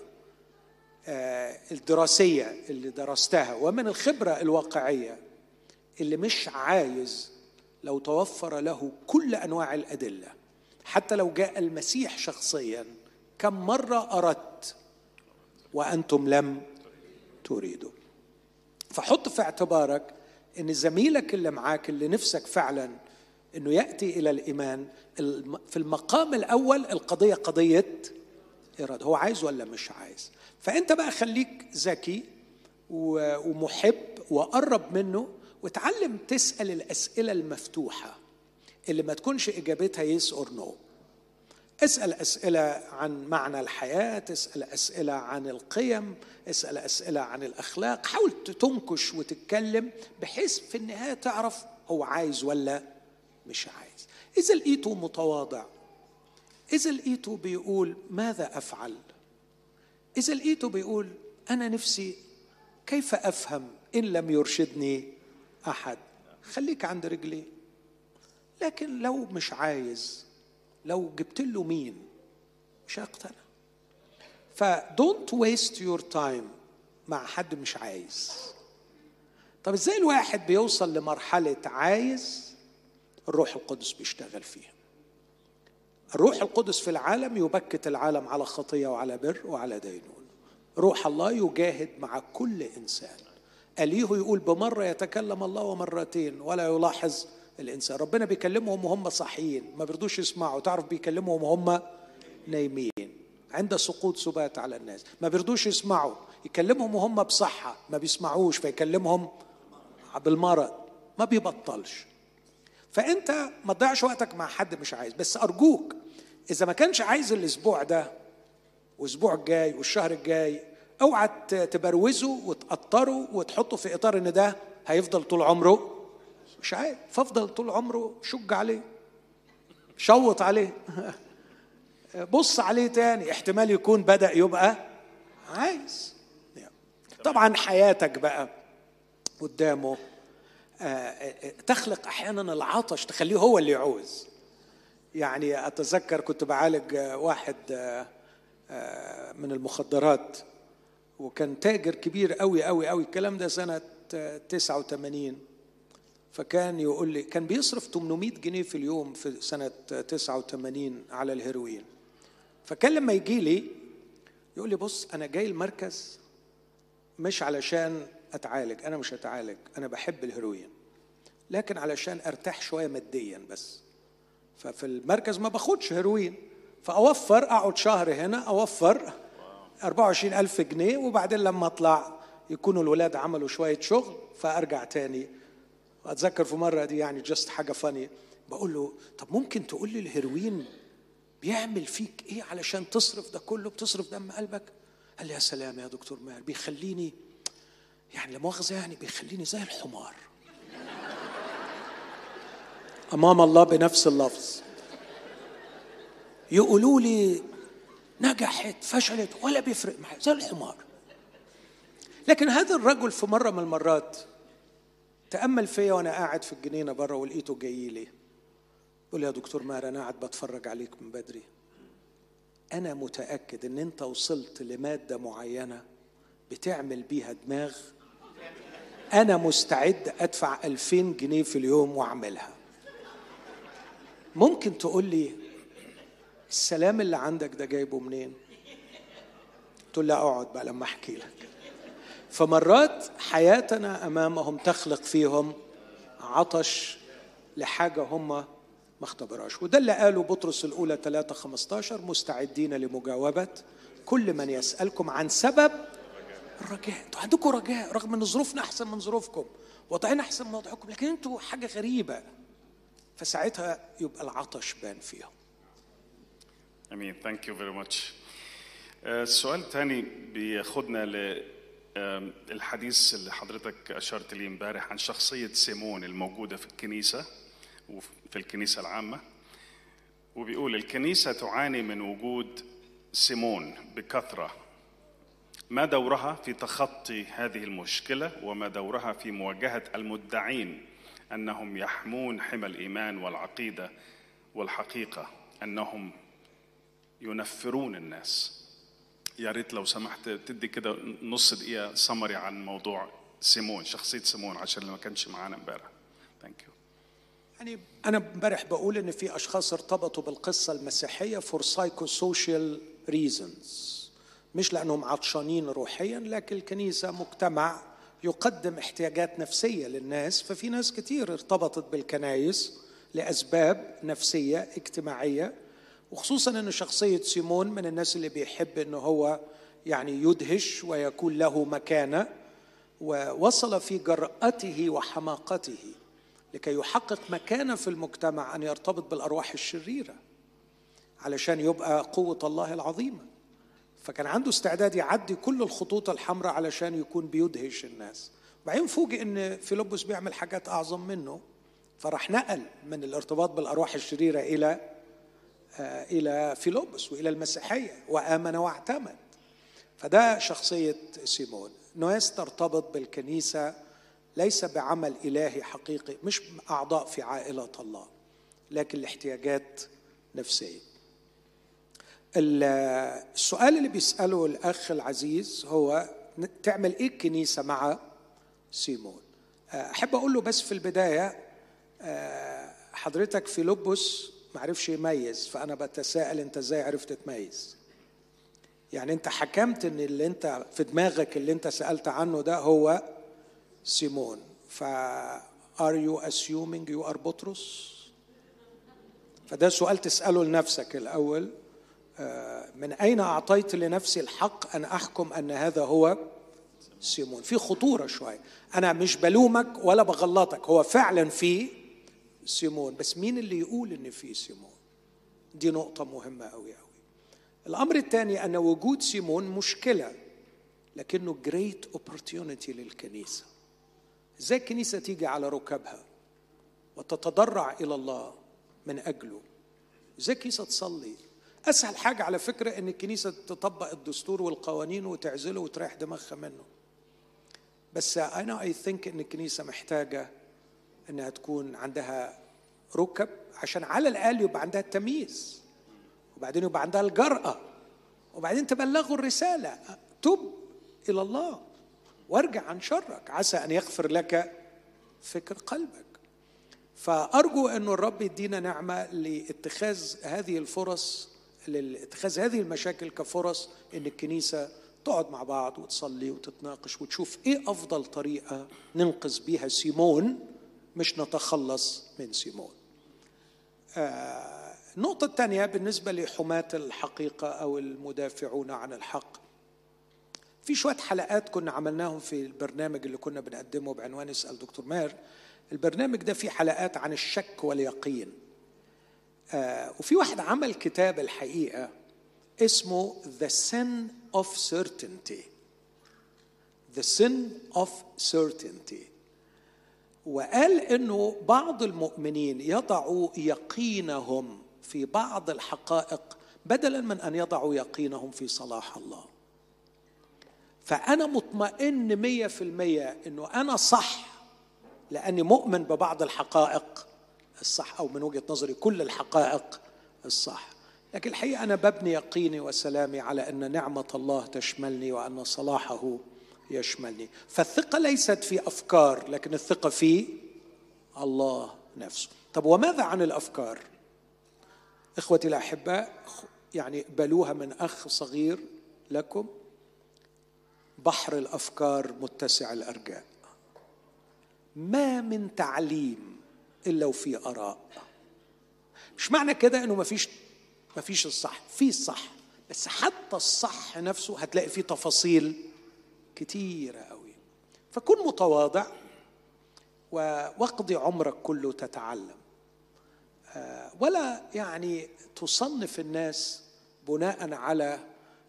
الدراسية اللي درستها ومن الخبرة الواقعية، اللي مش عايز لو توفر له كل أنواع الأدلة، حتى لو جاء المسيح شخصيا، كم مرة أردت وأنتم لم تريدوا. فحط في اعتبارك أن زميلك اللي معاك اللي نفسك فعلا أنه يأتي إلى الإيمان، في المقام الأول القضية قضية إرادة، هو عايز ولا مش عايز. فأنت بقى خليك ذكي ومحب وقرب منه، وتعلم تسأل الأسئلة المفتوحة اللي ما تكونش إجابتها yes or no. اسأل أسئلة عن معنى الحياة، اسأل أسئلة عن القيم، اسأل أسئلة عن الأخلاق، حاول تنكش وتتكلم بحيث في النهاية تعرف هو عايز ولا مش عايز. إذا لقيته متواضع، إذا لقيته بيقول ماذا أفعل، إذا لقيته بيقول أنا نفسي كيف أفهم إن لم يرشدني أحد، خليك عند رجلي. لكن لو مش عايز، لو جبت له مين مش هيقتنع. فدونت ويست يور تايم مع حد مش عايز. طب ازاي الواحد بيوصل لمرحلة عايز؟ الروح القدس بيشتغل فيها. الروح القدس في العالم يبكت العالم على خطية وعلى بر وعلى دينون. روح الله يجاهد مع كل إنسان. أليه يقول بمرة يتكلم الله ومرتين ولا يلاحظ الإنسان. ربنا بيكلمهم وهم صاحيين ما بيردوش يسمعوا، تعرف بيكلمهم وهم نايمين عند سقوط سبات على الناس، ما بيردوش يسمعوا، يكلمهم وهم بصحة ما بيسمعوش فيكلمهم بالمرض، ما بيبطلش. فأنت ما تضيعش وقتك مع حد مش عايز. بس أرجوك إذا ما كانش عايز الأسبوع ده والأسبوع الجاي والشهر الجاي، اوعى تبروزه وتقطره وتحطه في إطار إن ده هيفضل طول عمره مش عايز. فافضل طول عمره شج عليه، شوط عليه بص عليه تاني، احتمال يكون بدأ يبقى عايز. طبعا حياتك بقى قدامه تخلق أحيانا العطش تخليه هو اللي يعوز. يعني أتذكر كنت بعالج واحد من المخدرات وكان تاجر كبير قوي قوي قوي، الكلام ده سنة تسعة وثمانين. فكان يقول لي كان بيصرف ثمانمائة جنيه في اليوم في سنة تسعة وثمانين على الهيروين. فكان لما يجي لي يقول لي بص أنا جاي المركز مش علشان أتعالج، أنا مش هتعالج، أنا بحب الهيروين، لكن علشان أرتاح شوية ماديا بس. ففي المركز ما باخدش هيروين، فأوفر أقعد شهر هنا أوفر أربعة وعشرين ألف جنيه، وبعدين لما أطلع يكونوا الولاد عملوا شوية شغل فأرجع تاني. أتذكر في مرة دي يعني جست حاجة فاني، بقول له طب ممكن تقول لي الهيروين بيعمل فيك إيه علشان تصرف ده كله، بتصرف دم قلبك؟ قال لي يا سلام يا دكتور ماهر، بيخليني يعني لا مؤاخذة يعني بيخليني زي الحمار أمام الله بنفس اللفظ. يقولوا لي نجحت فشلت ولا بيفرق معي، زي الحمار. لكن هذا الرجل في مرة من المرات تأمل فيا وأنا قاعد في الجنينة بره ولقيته جاي لي يقول لي يا دكتور ماهر أنا قاعد بتفرج عليك من بدري، أنا متأكد إن أنت وصلت لمادة معينة بتعمل بيها دماغ، أنا مستعد أدفع ألفين جنيه في اليوم وأعملها. ممكن تقول لي السلام اللي عندك ده جايبه منين؟ تقول لا أقعد بقى لما أحكي لك. فمرات حياتنا أمامهم تخلق فيهم عطش لحاجة هم ما اختبرهاش، وده اللي قاله بطرس الأولى ثلاثة خمسة عشر مستعدين لمجاوبة كل من يسألكم عن سبب الرجاء. انتوا عندكم رجاء رغم ان ظروفنا احسن من ظروفكم، وضعنا احسن من وضعكم، لكن انتوا حاجة غريبة. فساعتها يبقى العطش بان فيهم. امين. ثانك يو فيري ماتش. السؤال الثاني بياخدنا للحديث اللي حضرتك اشرت ليه امبارح عن شخصية سيمون الموجودة في الكنيسة وفي الكنيسة العامة. وبيقول الكنيسة تعاني من وجود سيمون بكثرة، ما دورها في تخطي هذه المشكلة وما دورها في مواجهة المدعين أنهم يحمون حمى الإيمان والعقيدة والحقيقة أنهم ينفرون الناس. يا ريت لو سمحت تدي كده نص دقيقة سمري عن موضوع سيمون، شخصية سيمون، عشان اللي ما كانش معانا امبارح. ثانك يو. يعني أنا امبارح بقول إن في أشخاص ارتبطوا بالقصة المسيحية for psychosocial reasons، مش لأنهم عطشانين روحيا، لكن الكنيسة مجتمع يقدم احتياجات نفسية للناس، ففي ناس كتير ارتبطت بالكنائس لأسباب نفسية اجتماعية. وخصوصا أن شخصية سيمون من الناس اللي بيحب أنه هو يعني يدهش ويكون له مكانة، ووصل في جرأته وحماقته لكي يحقق مكانة في المجتمع أن يرتبط بالأرواح الشريرة علشان يبقى قوة الله العظيمة. فكان عنده استعداد يعدي كل الخطوط الحمراء علشان يكون بيدهش الناس. وبعدين فوجئ أن فيلبس بيعمل حاجات أعظم منه، فراح نقل من الارتباط بالأرواح الشريرة إلى إلى فيلبس وإلى المسيحية وآمن واعتمد. فده شخصية سيمون، ناس ترتبط بالكنيسة ليس بعمل إلهي حقيقي، مش أعضاء في عائلة الله، لكن لاحتياجات نفسية. السؤال اللي بيسأله الأخ العزيز هو تعمل إيه الكنيسة مع سيمون؟ أحب أقول له بس في البداية حضرتك فيلبس معرفش يميز، فأنا بتساءل أنت إزاي عرفت تميز؟ يعني انت حكمت ان اللي انت في دماغك اللي انت سألت عنه ده هو سيمون. ف are you assuming you are بطرس؟ فده سؤال تسأله لنفسك الأول. من أين أعطيت لنفسي الحق أن أحكم أن هذا هو سيمون؟ في خطورة شوية. أنا مش بلومك ولا بغلطك، هو فعلا في سيمون، بس مين اللي يقول إن في سيمون؟ دي نقطة مهمة أوي أوي. الأمر الثاني أن وجود سيمون مشكلة، لكنه great opportunity للكنيسة. إزاي الكنيسة تيجي على ركبها وتتضرع إلى الله من أجله؟ إزاي الكنيسة تصلي؟ أسهل حاجة على فكرة إن الكنيسة تطبق الدستور والقوانين وتعزله وتريح دماغها منه. بس أنا I think إن الكنيسة محتاجة إنها تكون عندها ركب، عشان على الأقل يبقى عندها التمييز، وبعدين يبقى عندها الجرأة، وبعدين تبلغوا الرسالة: تب إلى الله وارجع عن شرك، عسى أن يغفر لك فكر قلبك. فأرجو أن الرب يدينا نعمة لاتخاذ هذه الفرص، لاتخاذ هذه المشاكل كفرص إن الكنيسة تقعد مع بعض وتصلي وتتناقش وتشوف إيه أفضل طريقة ننقذ بيها سيمون، مش نتخلص من سيمون. آه النقطة الثانية بالنسبة لحماة الحقيقة أو المدافعون عن الحق، في شوية حلقات كنا عملناهم في البرنامج اللي كنا بنقدمه بعنوان اسأل دكتور ماهر. البرنامج ده فيه حلقات عن الشك واليقين. آه وفي واحد عمل كتاب الحقيقة اسمه The Sin of Certainty. The Sin of Certainty. وقال إنه بعض المؤمنين يضعوا يقينهم في بعض الحقائق بدلاً من أن يضعوا يقينهم في صلاح الله. فأنا مطمئن مية في المية إنه أنا صح لأني مؤمن ببعض الحقائق الصح، أو من وجهة نظري كل الحقائق الصح، لكن الحقيقة أنا ببني يقيني وسلامي على أن نعمة الله تشملني وأن صلاحه يشملني. فالثقة ليست في أفكار، لكن الثقة في الله نفسه. طب وماذا عن الأفكار؟ إخوتي الأحباء، يعني اقبلوها من أخ صغير لكم: بحر الأفكار متسع الأرجاء، ما من تعليم إلا وفي آراء. مش معنى كده إنه مفيش مفيش الصح، في الصح، بس حتى الصح نفسه هتلاقي فيه تفاصيل كتيرة قوي. فكن متواضع واقضي عمرك كله تتعلم، ولا يعني تصنف الناس بناء على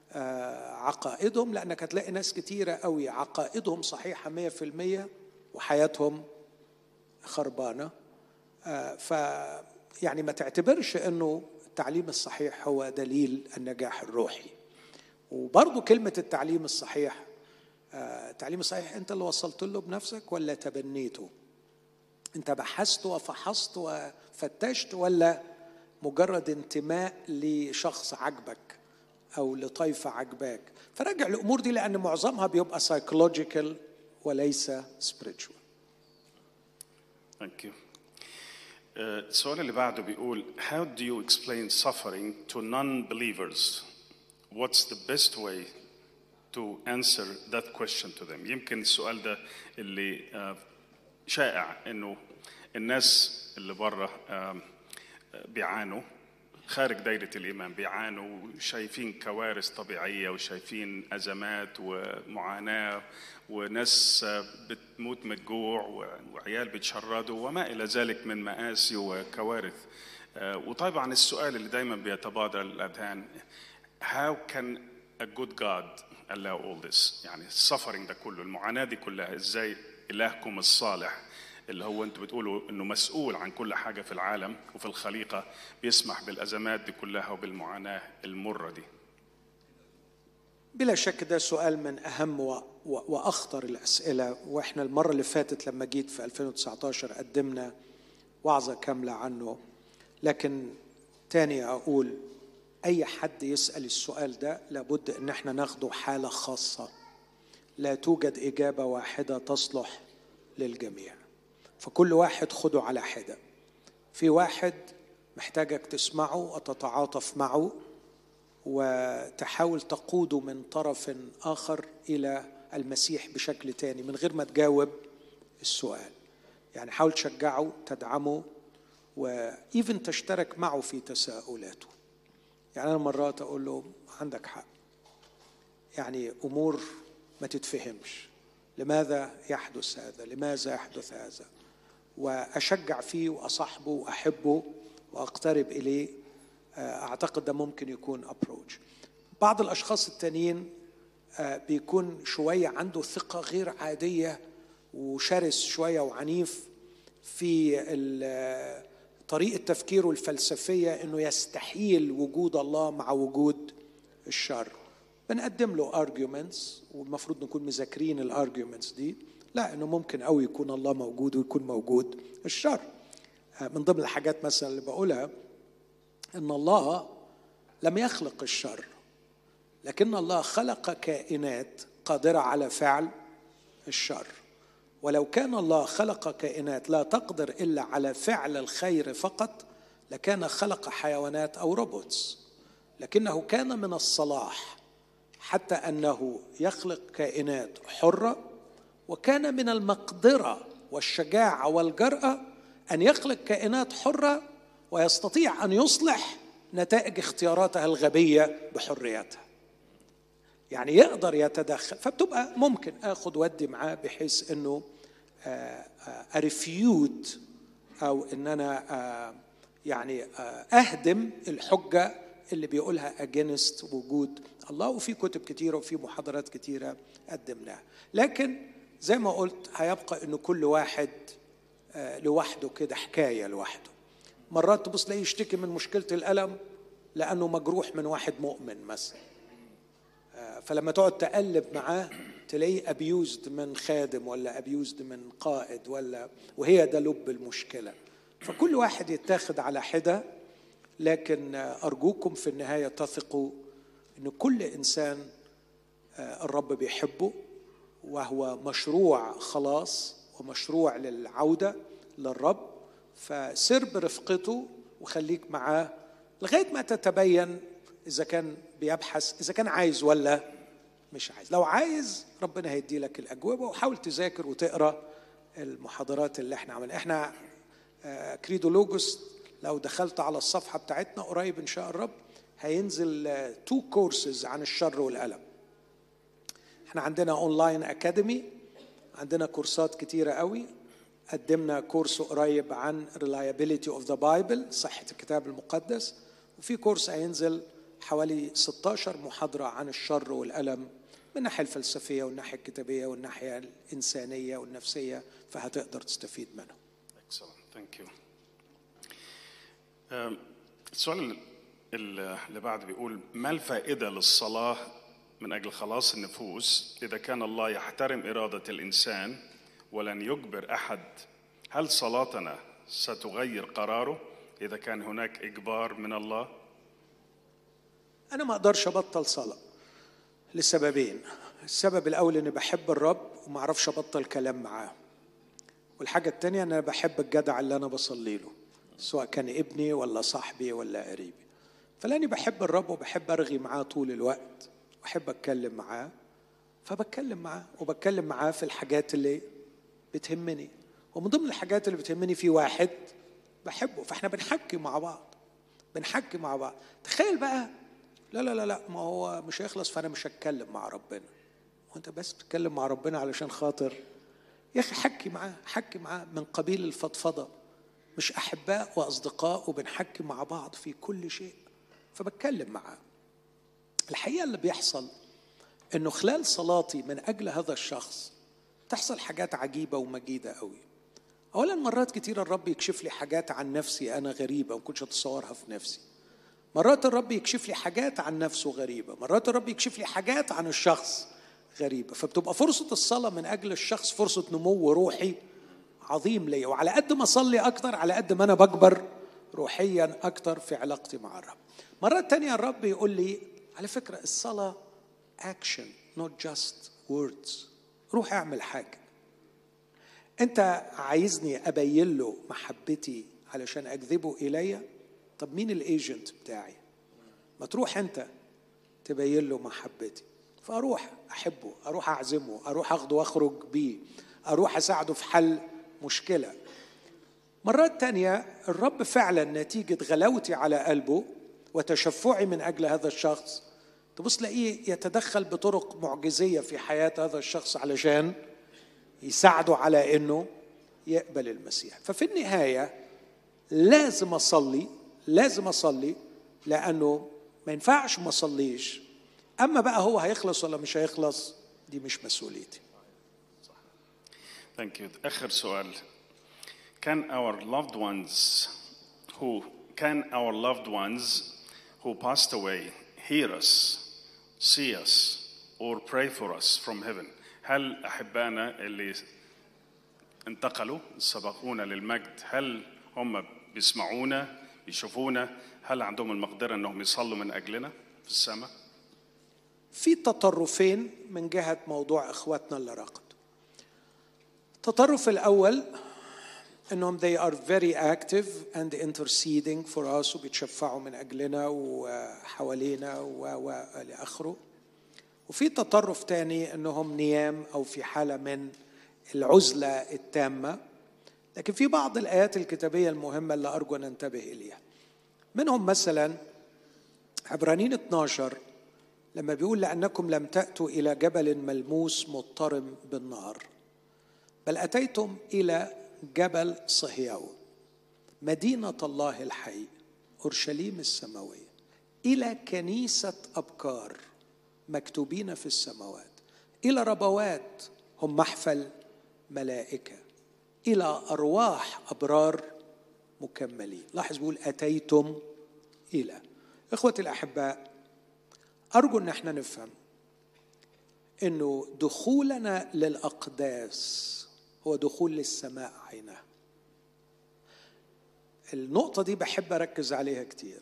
عقائدهم، لأنك هتلاقي ناس كتيرة قوي عقائدهم صحيحة مية في المية وحياتهم خربانة. ف يعني ما تعتبرش أنه التعليم الصحيح هو دليل النجاح الروحي. وبرضو كلمة التعليم الصحيح، التعليم الصحيح أنت اللي وصلت له بنفسك ولا تبنيته؟ أنت بحثت وفحصت وفتشت، ولا مجرد انتماء لشخص عجبك أو لطائفة عجباك؟ فراجع الأمور دي، لأن معظمها بيبقى psychological وليس spiritual. Thank you. السؤال اللي بعده بيقول: How do you explain suffering to non-believers? What's the best way to answer that question to them? يمكن السؤال ده اللي شائع، إنه الناس اللي برا بيعانوا خارج دايرة الإيمان، بيعانوا وشايفين كوارث طبيعية وشايفين أزمات ومعاناة وناس بتموت من الجوع وعيال بيتشردوا وما إلى ذلك من مآسي وكوارث. وطبعا السؤال اللي دايما بيتبادر الأذهان: How can a good God allow all this؟ يعني السفرنج ده كله، المعاناة دي كلها، إزاي إلهكم الصالح اللي هو أنتوا بتقولوا إنه مسؤول عن كل حاجة في العالم وفي الخليقة بيسمح بالأزمات دي كلها وبالمعاناة المرة دي؟ بلا شك ده سؤال من أهم و... و... وأخطر الأسئلة. وإحنا المرة اللي فاتت لما جيت في ألفين وتسعة عشر قدمنا وعظة كاملة عنه. لكن تاني أقول: أي حد يسأل السؤال ده لابد إن احنا ناخده حالة خاصة. لا توجد إجابة واحدة تصلح للجميع، فكل واحد خده على حدة. في واحد محتاجك تسمعه وتتعاطف معه وتحاول تقوده من طرف آخر إلى المسيح بشكل تاني من غير ما تجاوب السؤال. يعني حاول تشجعه، تدعمه، وإيفن تشترك معه في تساؤلاته. يعني أنا مرات أقول له عندك حق، يعني أمور ما تتفهمش، لماذا يحدث هذا، لماذا يحدث هذا، وأشجع فيه وأصحبه وأحبه وأقترب إليه. أعتقد ده ممكن يكون أبروتش. بعض الأشخاص التانيين بيكون شوية عنده ثقة غير عادية وشرس شوية وعنيف في طريقة تفكيره الفلسفية، إنه يستحيل وجود الله مع وجود الشر. بنقدم له arguments والمفروض نكون مذاكرين الارجيومنتس دي، لا إنه ممكن قوي يكون الله موجود ويكون موجود الشر. من ضمن الحاجات مثلا اللي بقولها إن الله لم يخلق الشر، لكن الله خلق كائنات قادرة على فعل الشر. ولو كان الله خلق كائنات لا تقدر إلا على فعل الخير فقط لكان خلق حيوانات أو روبوتس، لكنه كان من الصلاح حتى أنه يخلق كائنات حرة، وكان من المقدرة والشجاعة والجرأة أن يخلق كائنات حرة ويستطيع أن يصلح نتائج اختياراتها الغبية بحريتها. يعني يقدر يتدخل. فبتبقى ممكن أخذ ودي معاه بحيث أنه أرفيوت أو أن أنا يعني أهدم الحجة اللي بيقولها against وجود الله. وفي كتب كتيرة وفي محاضرات كتيرة قدمناها، لكن زي ما قلت هيبقى أنه كل واحد لوحده كده حكاية لوحده. مرات تبص تلاقيه يشتكي من مشكلة الألم لأنه مجروح من واحد مؤمن مثلا، فلما تقعد تقلب معاه تلاقيه أبيوزد من خادم ولا أبيوزد من قائد، ولا وهي ده لب المشكلة. فكل واحد يتاخد على حدة، لكن أرجوكم في النهاية تثقوا أن كل إنسان الرب بيحبه، وهو مشروع خلاص ومشروع للعودة للرب. فسر برفقته وخليك معاه لغاية ما تتبين إذا كان بيبحث، إذا كان عايز ولا مش عايز. لو عايز ربنا هيدي لك الأجوبة، وحاول تذاكر وتقرأ المحاضرات اللي احنا عملنا. احنا كريدو لوجوس لو دخلت على الصفحة بتاعتنا قريب إن شاء الرب هينزل تو كورسز عن الشر والألم. احنا عندنا أونلاين أكاديمي، عندنا كورسات كتيرة قوي. قدمنا كورس قريب عن Reliability of the Bible، صحة الكتاب المقدس، وفي كورس هينزل حوالي ستة عشر محاضرة عن الشر والألم من الناحية الفلسفية والناحية الكتابية والناحية الإنسانية والنفسية، فهتقدر تستفيد منه. Excellent, thank you. السؤال اللي بعد بيقول: ما الفائدة للصلاة من أجل خلاص النفوس إذا كان الله يحترم إرادة الإنسان ولن يجبر أحد؟ هل صلاتنا ستغير قراره إذا كان هناك إجبار من الله؟ أنا ما أقدرش أبطل صلاة لسببين. السبب الأول أني بحب الرب وما أعرفش أبطل كلام معاه، والحاجة التانية أنا بحب الجدع اللي أنا بصلي له، سواء كان ابني ولا صاحبي ولا قريبي. فلاني بحب الرب وبحب أرغي معاه طول الوقت وأحب أتكلم معاه، فبتكلم معاه وبتكلم معاه في الحاجات اللي بتهمني، ومن ضمن الحاجات اللي بتهمني في واحد بحبه، فاحنا بنحكي مع بعض بنحكي مع بعض. تخيل بقى لا لا لا لا ما هو مش هيخلص فأنا مش هتكلم مع ربنا، وانت بس بتتكلم مع ربنا علشان خاطر يا أخي حكي معاه حكي معاه من قبيل الفضفضة، مش أحباء وأصدقاء وبنحكي مع بعض في كل شيء، فبتكلم معاه. الحقيقة اللي بيحصل إنه خلال صلاتي من أجل هذا الشخص تحصل حاجات عجيبة ومجيدة قوي. أولا مرات كتير الرب يكشف لي حاجات عن نفسي أنا غريبة وما كنتش أتصورها في نفسي. مرات الرب يكشف لي حاجات عن نفسه غريبة، مرات الرب يكشف لي حاجات عن الشخص غريبة. فبتبقى فرصة الصلاة من أجل الشخص فرصة نمو روحي عظيم لي، وعلى قد ما أصلي أكتر على قد ما أنا بكبر روحيا أكتر في علاقتي مع الرب. مرات تانية الرب يقول لي على فكرة الصلاة action not just words، روح اعمل حاجة. أنت عايزني أبين له محبتي علشان أجذبه إلي؟ طب مين الإيجنت بتاعي؟ ما تروح أنت تبين له محبتي، فأروح أحبه، أروح أعزمه، أروح أخده وأخرج بيه، أروح أساعده في حل مشكلة. مرات تانية الرب فعلا نتيجة غلاوتي على قلبه وتشفعي من أجل هذا الشخص تبص تلاقيه يتدخل بطرق معجزية في حياة هذا الشخص علشان يساعده على أنه يقبل المسيح. ففي النهاية لازم أصلي، لازم أصلي، لأنه ما ينفعش ما أصليش. أما بقى هو هيخلص ولا مش هيخلص دي مش مسؤوليتي. Thank you. آخر سؤال. Can our loved ones who can our loved ones who passed away hear us, see us, or pray for us from heaven? هل أحبائنا اللي انتقلوا سبقونا للمجد هل هم بيسمعونا بيشوفونا؟ هل عندهم المقدرة أنهم يصلوا من أجلنا في السماء؟ في تطرفين من جهة موضوع إخواتنا اللي رقدوا. التطرف الأول أنهم they are very active and interceding for us وبيتشفعوا من أجلنا وحوالينا وآخره. وفي تطرف تاني أنهم نيام أو في حالة من العزلة التامة. لكن في بعض الآيات الكتابية المهمة اللي أرجو أن ننتبه إليها. منهم مثلا عبرانيين اثناشر لما بيقول لأنكم لم تأتوا إلى جبل ملموس مضطرم بالنار بل أتيتم إلى جبل صهيون مدينة الله الحي أورشليم السماوية إلى كنيسة أبكار مكتوبين في السماوات إلى ربوات هم محفل ملائكة إلى أرواح أبرار مكملين. لاحظ بيقول أتيتم إلى. إخوتي الأحباء أرجو أن احنا نفهم أنه دخولنا للأقداس هو دخول للسماء عينها. النقطة دي بحب أركز عليها كتير.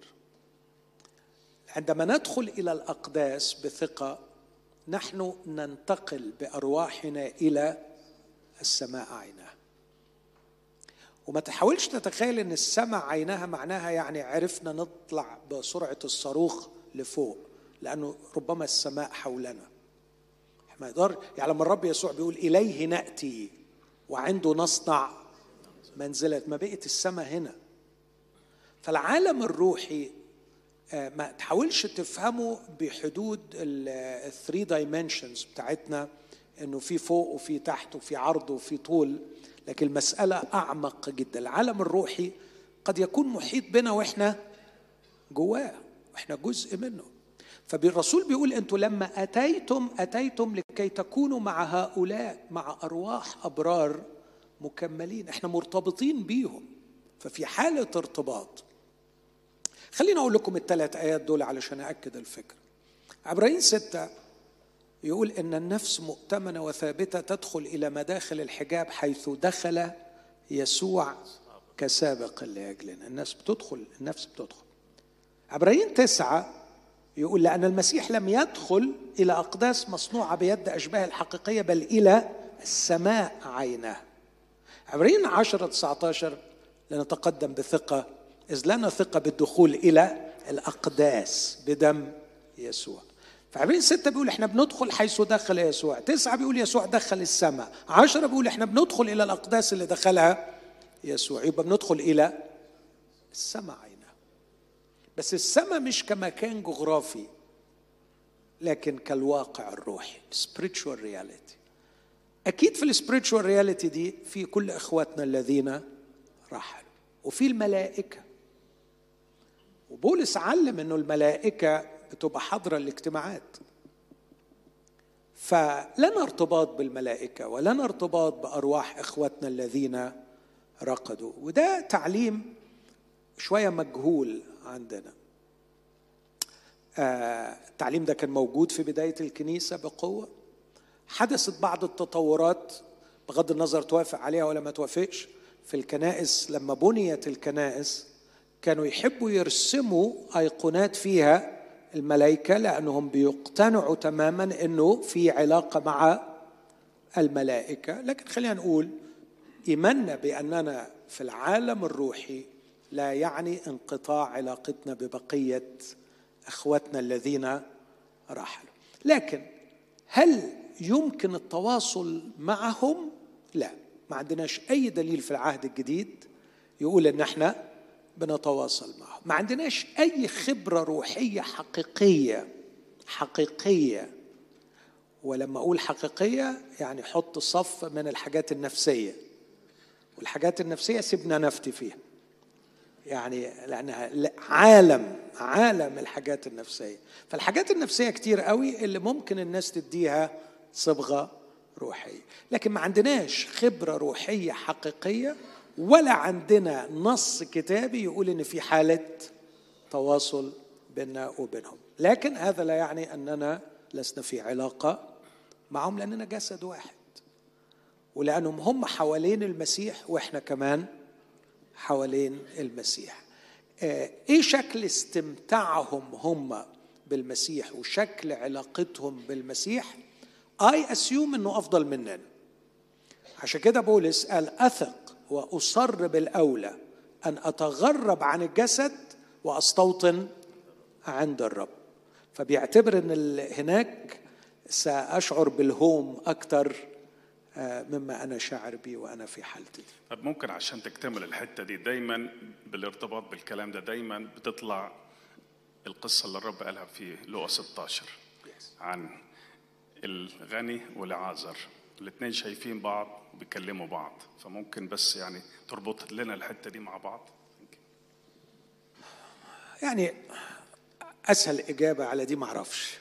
عندما ندخل إلى الأقداس بثقة نحن ننتقل بأرواحنا إلى السماء عينها. وما تحاولش تتخيل أن السماء عينها معناها يعني عرفنا نطلع بسرعة الصاروخ لفوق، لأنه ربما السماء حولنا. ما يقدر يعني لما الرب يسوع بيقول إليه نأتي وعنده نصنع منزلة، ما بقت السماء هنا. فالعالم الروحي ما تحاولش تفهمه بحدود الثري دايمنشنز بتاعتنا، انه في فوق وفي تحت وفي عرض وفي طول، لكن المسألة أعمق جدا. العالم الروحي قد يكون محيط بنا وإحنا جواه وإحنا جزء منه. فالرسول بيقول أنتوا لما أتيتم أتيتم لكي تكونوا مع هؤلاء، مع أرواح أبرار مكملين، إحنا مرتبطين بيهم. ففي حالة ارتباط خلينا أقول لكم الثلاث آيات دول علشان أأكد الفكرة. عبرانيين ستة يقول إن النفس مؤتمنة وثابتة تدخل إلى مداخل الحجاب حيث دخل يسوع كسابق لأجلنا. الناس بتدخل، النفس بتدخل. عبرانيين تسعة يقول لأن المسيح لم يدخل إلى أقداس مصنوعة بيد أشباه الحقيقية بل إلى السماء عينه. عبرانيين عشرة تسعة عشر لنتقدم بثقة إذ لنا ثقة بالدخول إلى الأقداس بدم يسوع. فعبرانيين ستة بيقول إحنا بندخل حيث دخل يسوع، تسعة بيقول يسوع دخل السماء، عشرة بيقول إحنا بندخل إلى الأقداس اللي دخلها يسوع. يبقى بندخل إلى السماء عينه. بس السماء مش كمكان جغرافي لكن كالواقع الروحي، spiritual reality. أكيد في الspiritual reality دي في كل إخواتنا الذين رحلوا وفي الملائكة. وبولس علم إنه الملائكة بتبقى حاضرة الاجتماعات. فلنا ارتباط بالملائكة ولنا ارتباط بأرواح إخواتنا الذين رقدوا. وده تعليم شوية مجهول عندنا. آه التعليم ده كان موجود في بداية الكنيسة بقوة. حدثت بعض التطورات بغض النظر توافق عليها ولا ما توافقش في الكنائس. لما بنيت الكنائس كانوا يحبوا يرسموا أيقونات فيها الملائكة لأنهم بيقتنعوا تماما أنه في علاقة مع الملائكة. لكن خلينا نقول إيماننا بأننا في العالم الروحي لا يعني انقطاع علاقتنا ببقية أخواتنا الذين رحلوا. لكن هل يمكن التواصل معهم؟ لا، ما عندناش أي دليل في العهد الجديد يقول إن احنا بنتواصل معهم. ما عندناش أي خبرة روحية حقيقية حقيقية ولما أقول حقيقية يعني حط صف من الحاجات النفسية، والحاجات النفسية سيبنا نفتي فيها، يعني لأنها عالم عالم الحاجات النفسية. فالحاجات النفسية كتير قوي اللي ممكن الناس تديها صبغة روحية، لكن ما عندناش خبرة روحية حقيقية ولا عندنا نص كتابي يقول إن في حالة تواصل بيننا وبينهم. لكن هذا لا يعني أننا لسنا في علاقة معهم، لأننا جسد واحد، ولأنهم هم حوالين المسيح وإحنا كمان حوالين المسيح. إيه شكل استمتاعهم هم بالمسيح وشكل علاقتهم بالمسيح؟ I assume إنه أفضل مننا. عشان كده بولس قال أثق وأصر بالأولى أن أتغرب عن الجسد وأستوطن عند الرب. فبيعتبر أن هناك سأشعر بالهوم أكتر مما أنا شاعر بيه وأنا في حالتي. طب ممكن عشان تكتمل الحتة دي، دايما بالارتباط بالكلام ده دايما بتطلع القصة اللي الرب قالها في لوقا ستة عشر عن الغني والعازر، الاثنين شايفين بعض وبيكلموا بعض. فممكن بس يعني تربط لنا الحتة دي مع بعض. يعني أسهل إجابة على دي معرفش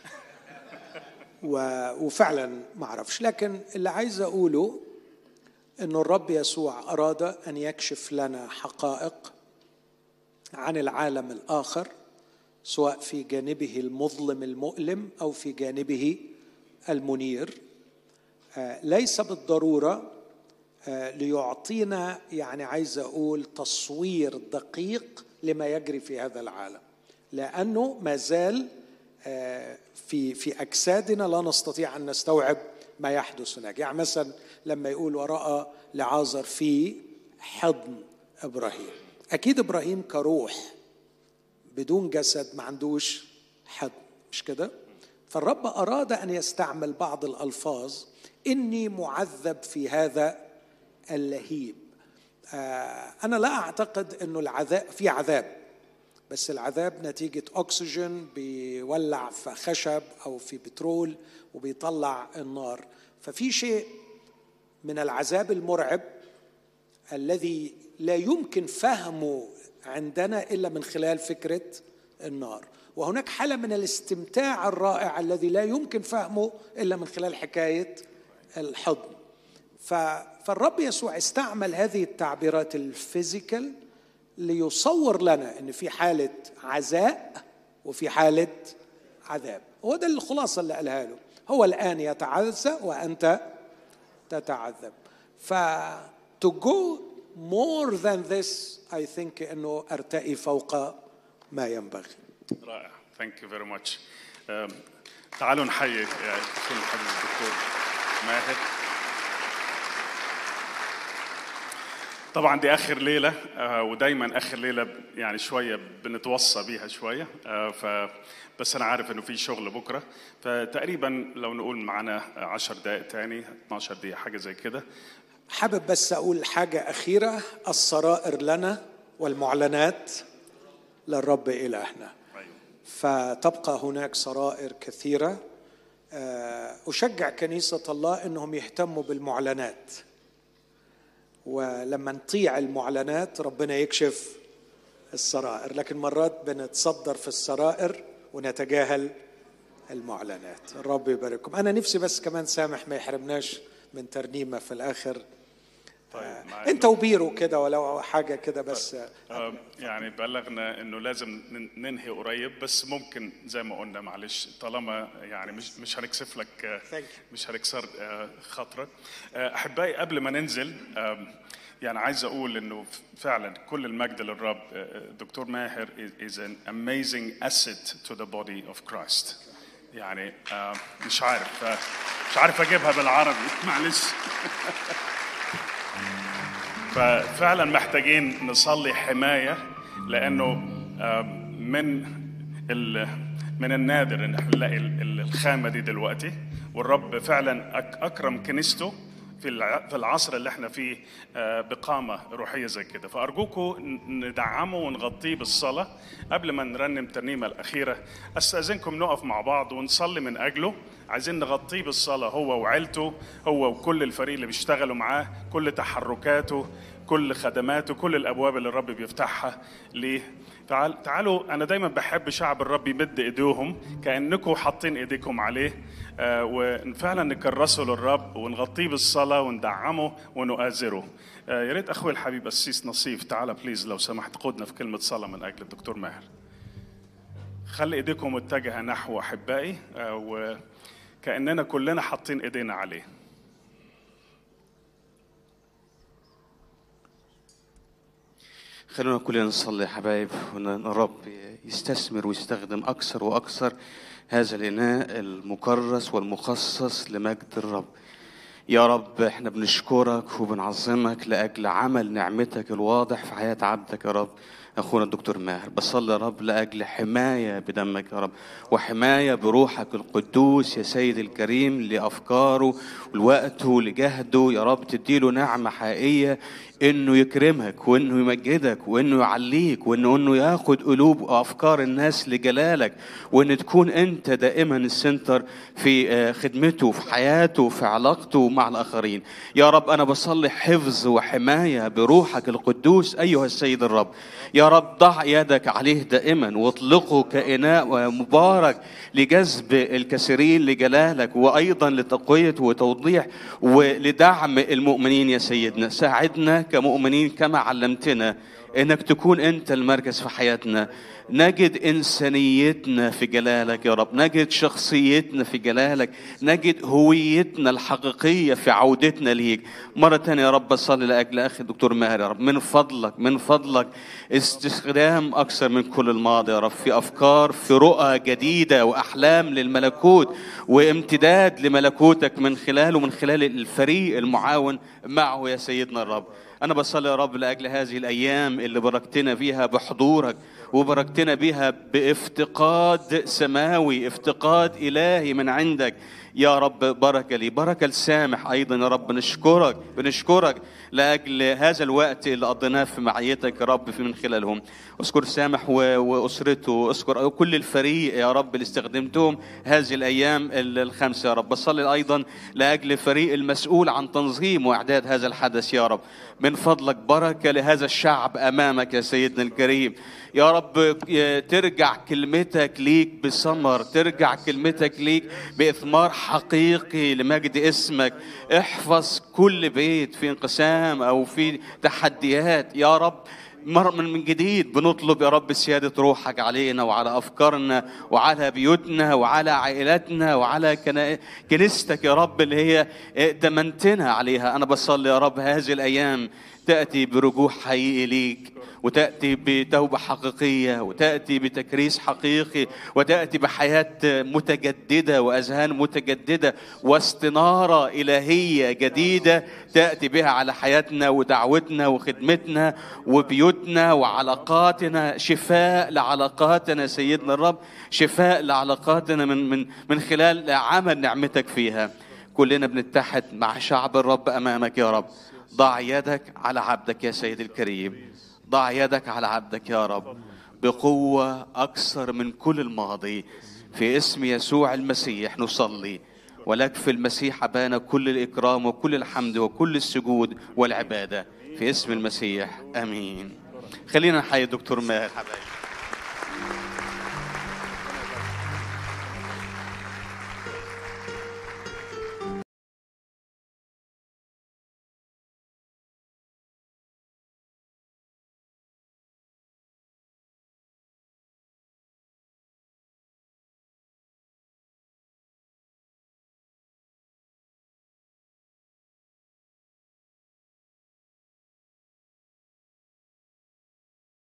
وفعلا معرفش، لكن اللي عايز أقوله إنه الرب يسوع أراد أن يكشف لنا حقائق عن العالم الآخر، سواء في جانبه المظلم المؤلم أو في جانبه المنير. ليس بالضرورة ليعطينا يعني عايز أقول تصوير دقيق لما يجري في هذا العالم، لأنه ما زال في في أجسادنا لا نستطيع أن نستوعب ما يحدث هناك. يعني مثلا لما يقول ورأى لعازر في حضن إبراهيم، أكيد إبراهيم كروح بدون جسد ما عندوش حضن، مش كده؟ فالرب أراد أن يستعمل بعض الألفاظ، إني معذب في هذا اللهيب. آه أنا لا أعتقد أنه العذاب في عذاب، بس العذاب نتيجة أكسجين بيولع في خشب أو في بترول وبيطلع النار. ففي شيء من العذاب المرعب الذي لا يمكن فهمه عندنا إلا من خلال فكرة النار، وهناك حالة من الاستمتاع الرائع الذي لا يمكن فهمه إلا من خلال حكاية الحضن. فالرب يسوع استعمل هذه التعبيرات الفيزيكال ليصور لنا أن في حالة عزاء وفي حالة عذاب. هو ده الخلاصة اللي قالها له، هو الآن يتعزى وأنت تتعذب. ف to go more than this I think أنه أرتقي فوق ما ينبغي. رائع. Thank you very much. um, تعالوا نحيي يعني كل حبيب الدكتور ماهر. طبعا دي آخر ليلة، آه ودايما آخر ليلة يعني شوية بنتوصى بيها شوية، آه ف بس أنا عارف إنه في شغل بكرة، فتقريبا لو نقول معنا عشر دقائق تاني اتناشر دقيقة حاجة زي كده. حابب بس أقول حاجة أخيرة، السرائر لنا والمعلنات للرب إلهنا. فتبقى هناك سرائر كثيرة. أشجع كنيسة الله أنهم يهتموا بالمعلنات، ولما نطيع المعلنات ربنا يكشف السرائر. لكن مرات بنتصدر في السرائر ونتجاهل المعلنات. الرب يبارككم. أنا نفسي بس كمان سامح ما يحرمناش من ترنيمة في الآخر. طيب انت وبيرو كده ولو حاجه كده بس. آه يعني بلغنا انه لازم ننهي قريب، بس ممكن زي ما قلنا معلش طالما يعني مش مش هنكسف لك، مش هنكسر خاطرك. احبائي قبل ما ننزل يعني عايز اقول انه فعلا كل المجد للرب. دكتور ماهر is an amazing asset to the body of Christ. يعني مش عارف مش عارف اجيبها بالعربي معلش. ففعلا محتاجين نصلي حماية، لأنه من من النادر ان احنا نلاقي الخامه دي دلوقتي، والرب فعلا اكرم كنيسته في في العصر اللي احنا فيه بقامه روحيه زي كده. فارجوكم ندعمه ونغطيه بالصلاه. قبل ما نرنم الترنيمه الاخيره استاذنكم نقف مع بعض ونصلي من اجله. عايزين نغطيه بالصلاه، هو وعيلته، هو وكل الفريق اللي بيشتغلوا معاه، كل تحركاته، كل خدماته، كل الابواب اللي الرب بيفتحها ليه. تعال تعالوا، انا دايما بحب شعب الرب يمد ايديهم كانكم حاطين ايديكم عليه، آه وفعلا نكرسه للرب ونغطيه بالصلاه وندعمه ونؤازره. آه يا ريت اخوي الحبيب السيس نصيف، تعال بليز لو سمحت قودنا في كلمه صلاه من اجل الدكتور ماهر. خلي ايديكم متجهه نحو احبائي، آه وكاننا كلنا حاطين ايدينا عليه. خلونا كلنا نصلي يا حبايب، وان الرب يستثمر ويستخدم اكثر واكثر هذا الاناء المكرس والمخصص لمجد الرب. يا رب احنا بنشكرك وبنعظمك لاجل عمل نعمتك الواضح في حياه عبدك يا رب اخونا الدكتور ماهر. بصلي يا رب لاجل حمايه بدمك يا رب، وحمايه بروحك القدوس يا سيد الكريم لافكاره ولوقته لجهده يا رب. تديله نعمه حقيقيه انه يكرمك وانه يمجدك وانه يعليك وانه انه ياخد قلوب وافكار الناس لجلالك، وان تكون انت دائما السنتر في خدمته في حياته في علاقته مع الاخرين. يا رب انا بصلي حفظ وحمايه بروحك القدوس ايها السيد الرب. يا رب ضع يدك عليه دائما واطلقه كإناء مبارك لجذب الكثيرين لجلالك، وايضا لتقويه وتوضيح ولدعم المؤمنين يا سيدنا. ساعدنا كمؤمنين كما علمتنا انك تكون انت المركز في حياتنا. نجد انسانيتنا في جلالك يا رب، نجد شخصيتنا في جلالك، نجد هويتنا الحقيقيه في عودتنا ليك. مره ثانيه يا رب اصلي لاجل اخي الدكتور ماهر يا رب، من فضلك من فضلك استخدام اكثر من كل الماضي يا رب في افكار، في رؤى جديده واحلام للملكوت وامتداد لملكوتك من خلاله ومن خلال الفريق المعاون معه يا سيدنا الرب. أنا بصلي يا رب لأجل هذه الأيام اللي بركتنا فيها بحضورك وبركتنا بها بافتقاد سماوي، افتقاد إلهي من عندك يا رب. بركة لي، بركة لسامح أيضا يا رب. بنشكرك بنشكرك لأجل هذا الوقت اللي قضيناه في معيتك يا رب في من خلالهم. أذكر سامح وأسرته، أذكر كل الفريق يا رب اللي استخدمتهم هذه الأيام الخمسة يا رب. بصلي أيضا لأجل الفريق المسؤول عن تنظيم وإعداد هذا الحدث يا رب. من فضلك بركة لهذا الشعب أمامك يا سيدنا الكريم يا رب. ترجع كلمتك ليك بثمر، ترجع كلمتك ليك بإثمار حقيقي لمجد اسمك. احفظ كل بيت في انقسام أو في تحديات يا رب. مرة من جديد بنطلب يا رب سيادة روحك علينا وعلى أفكارنا وعلى بيوتنا وعلى عائلاتنا وعلى كنيستك يا رب اللي هي دمنتنا عليها. أنا بصلي يا رب هذه الأيام تأتي برجوع حقيقي ليك، وتأتي بتوبة حقيقية، وتأتي بتكريس حقيقي، وتأتي بحياة متجددة وأذهان متجددة واستنارة إلهية جديدة تأتي بها على حياتنا ودعوتنا وخدمتنا وبيوتنا وعلاقاتنا. شفاء لعلاقاتنا سيدنا الرب، شفاء لعلاقاتنا من من من خلال عمل نعمتك فيها. كلنا بنتحد مع شعب الرب أمامك يا رب. ضع يدك على عبدك يا سيد الكريم، ضع يدك على عبدك يا رب بقوة أكثر من كل الماضي. في اسم يسوع المسيح نصلي، ولك في المسيح أبانا كل الإكرام وكل الحمد وكل السجود والعبادة في اسم المسيح، آمين. خلينا نحيي الدكتور ماهر حبايبي.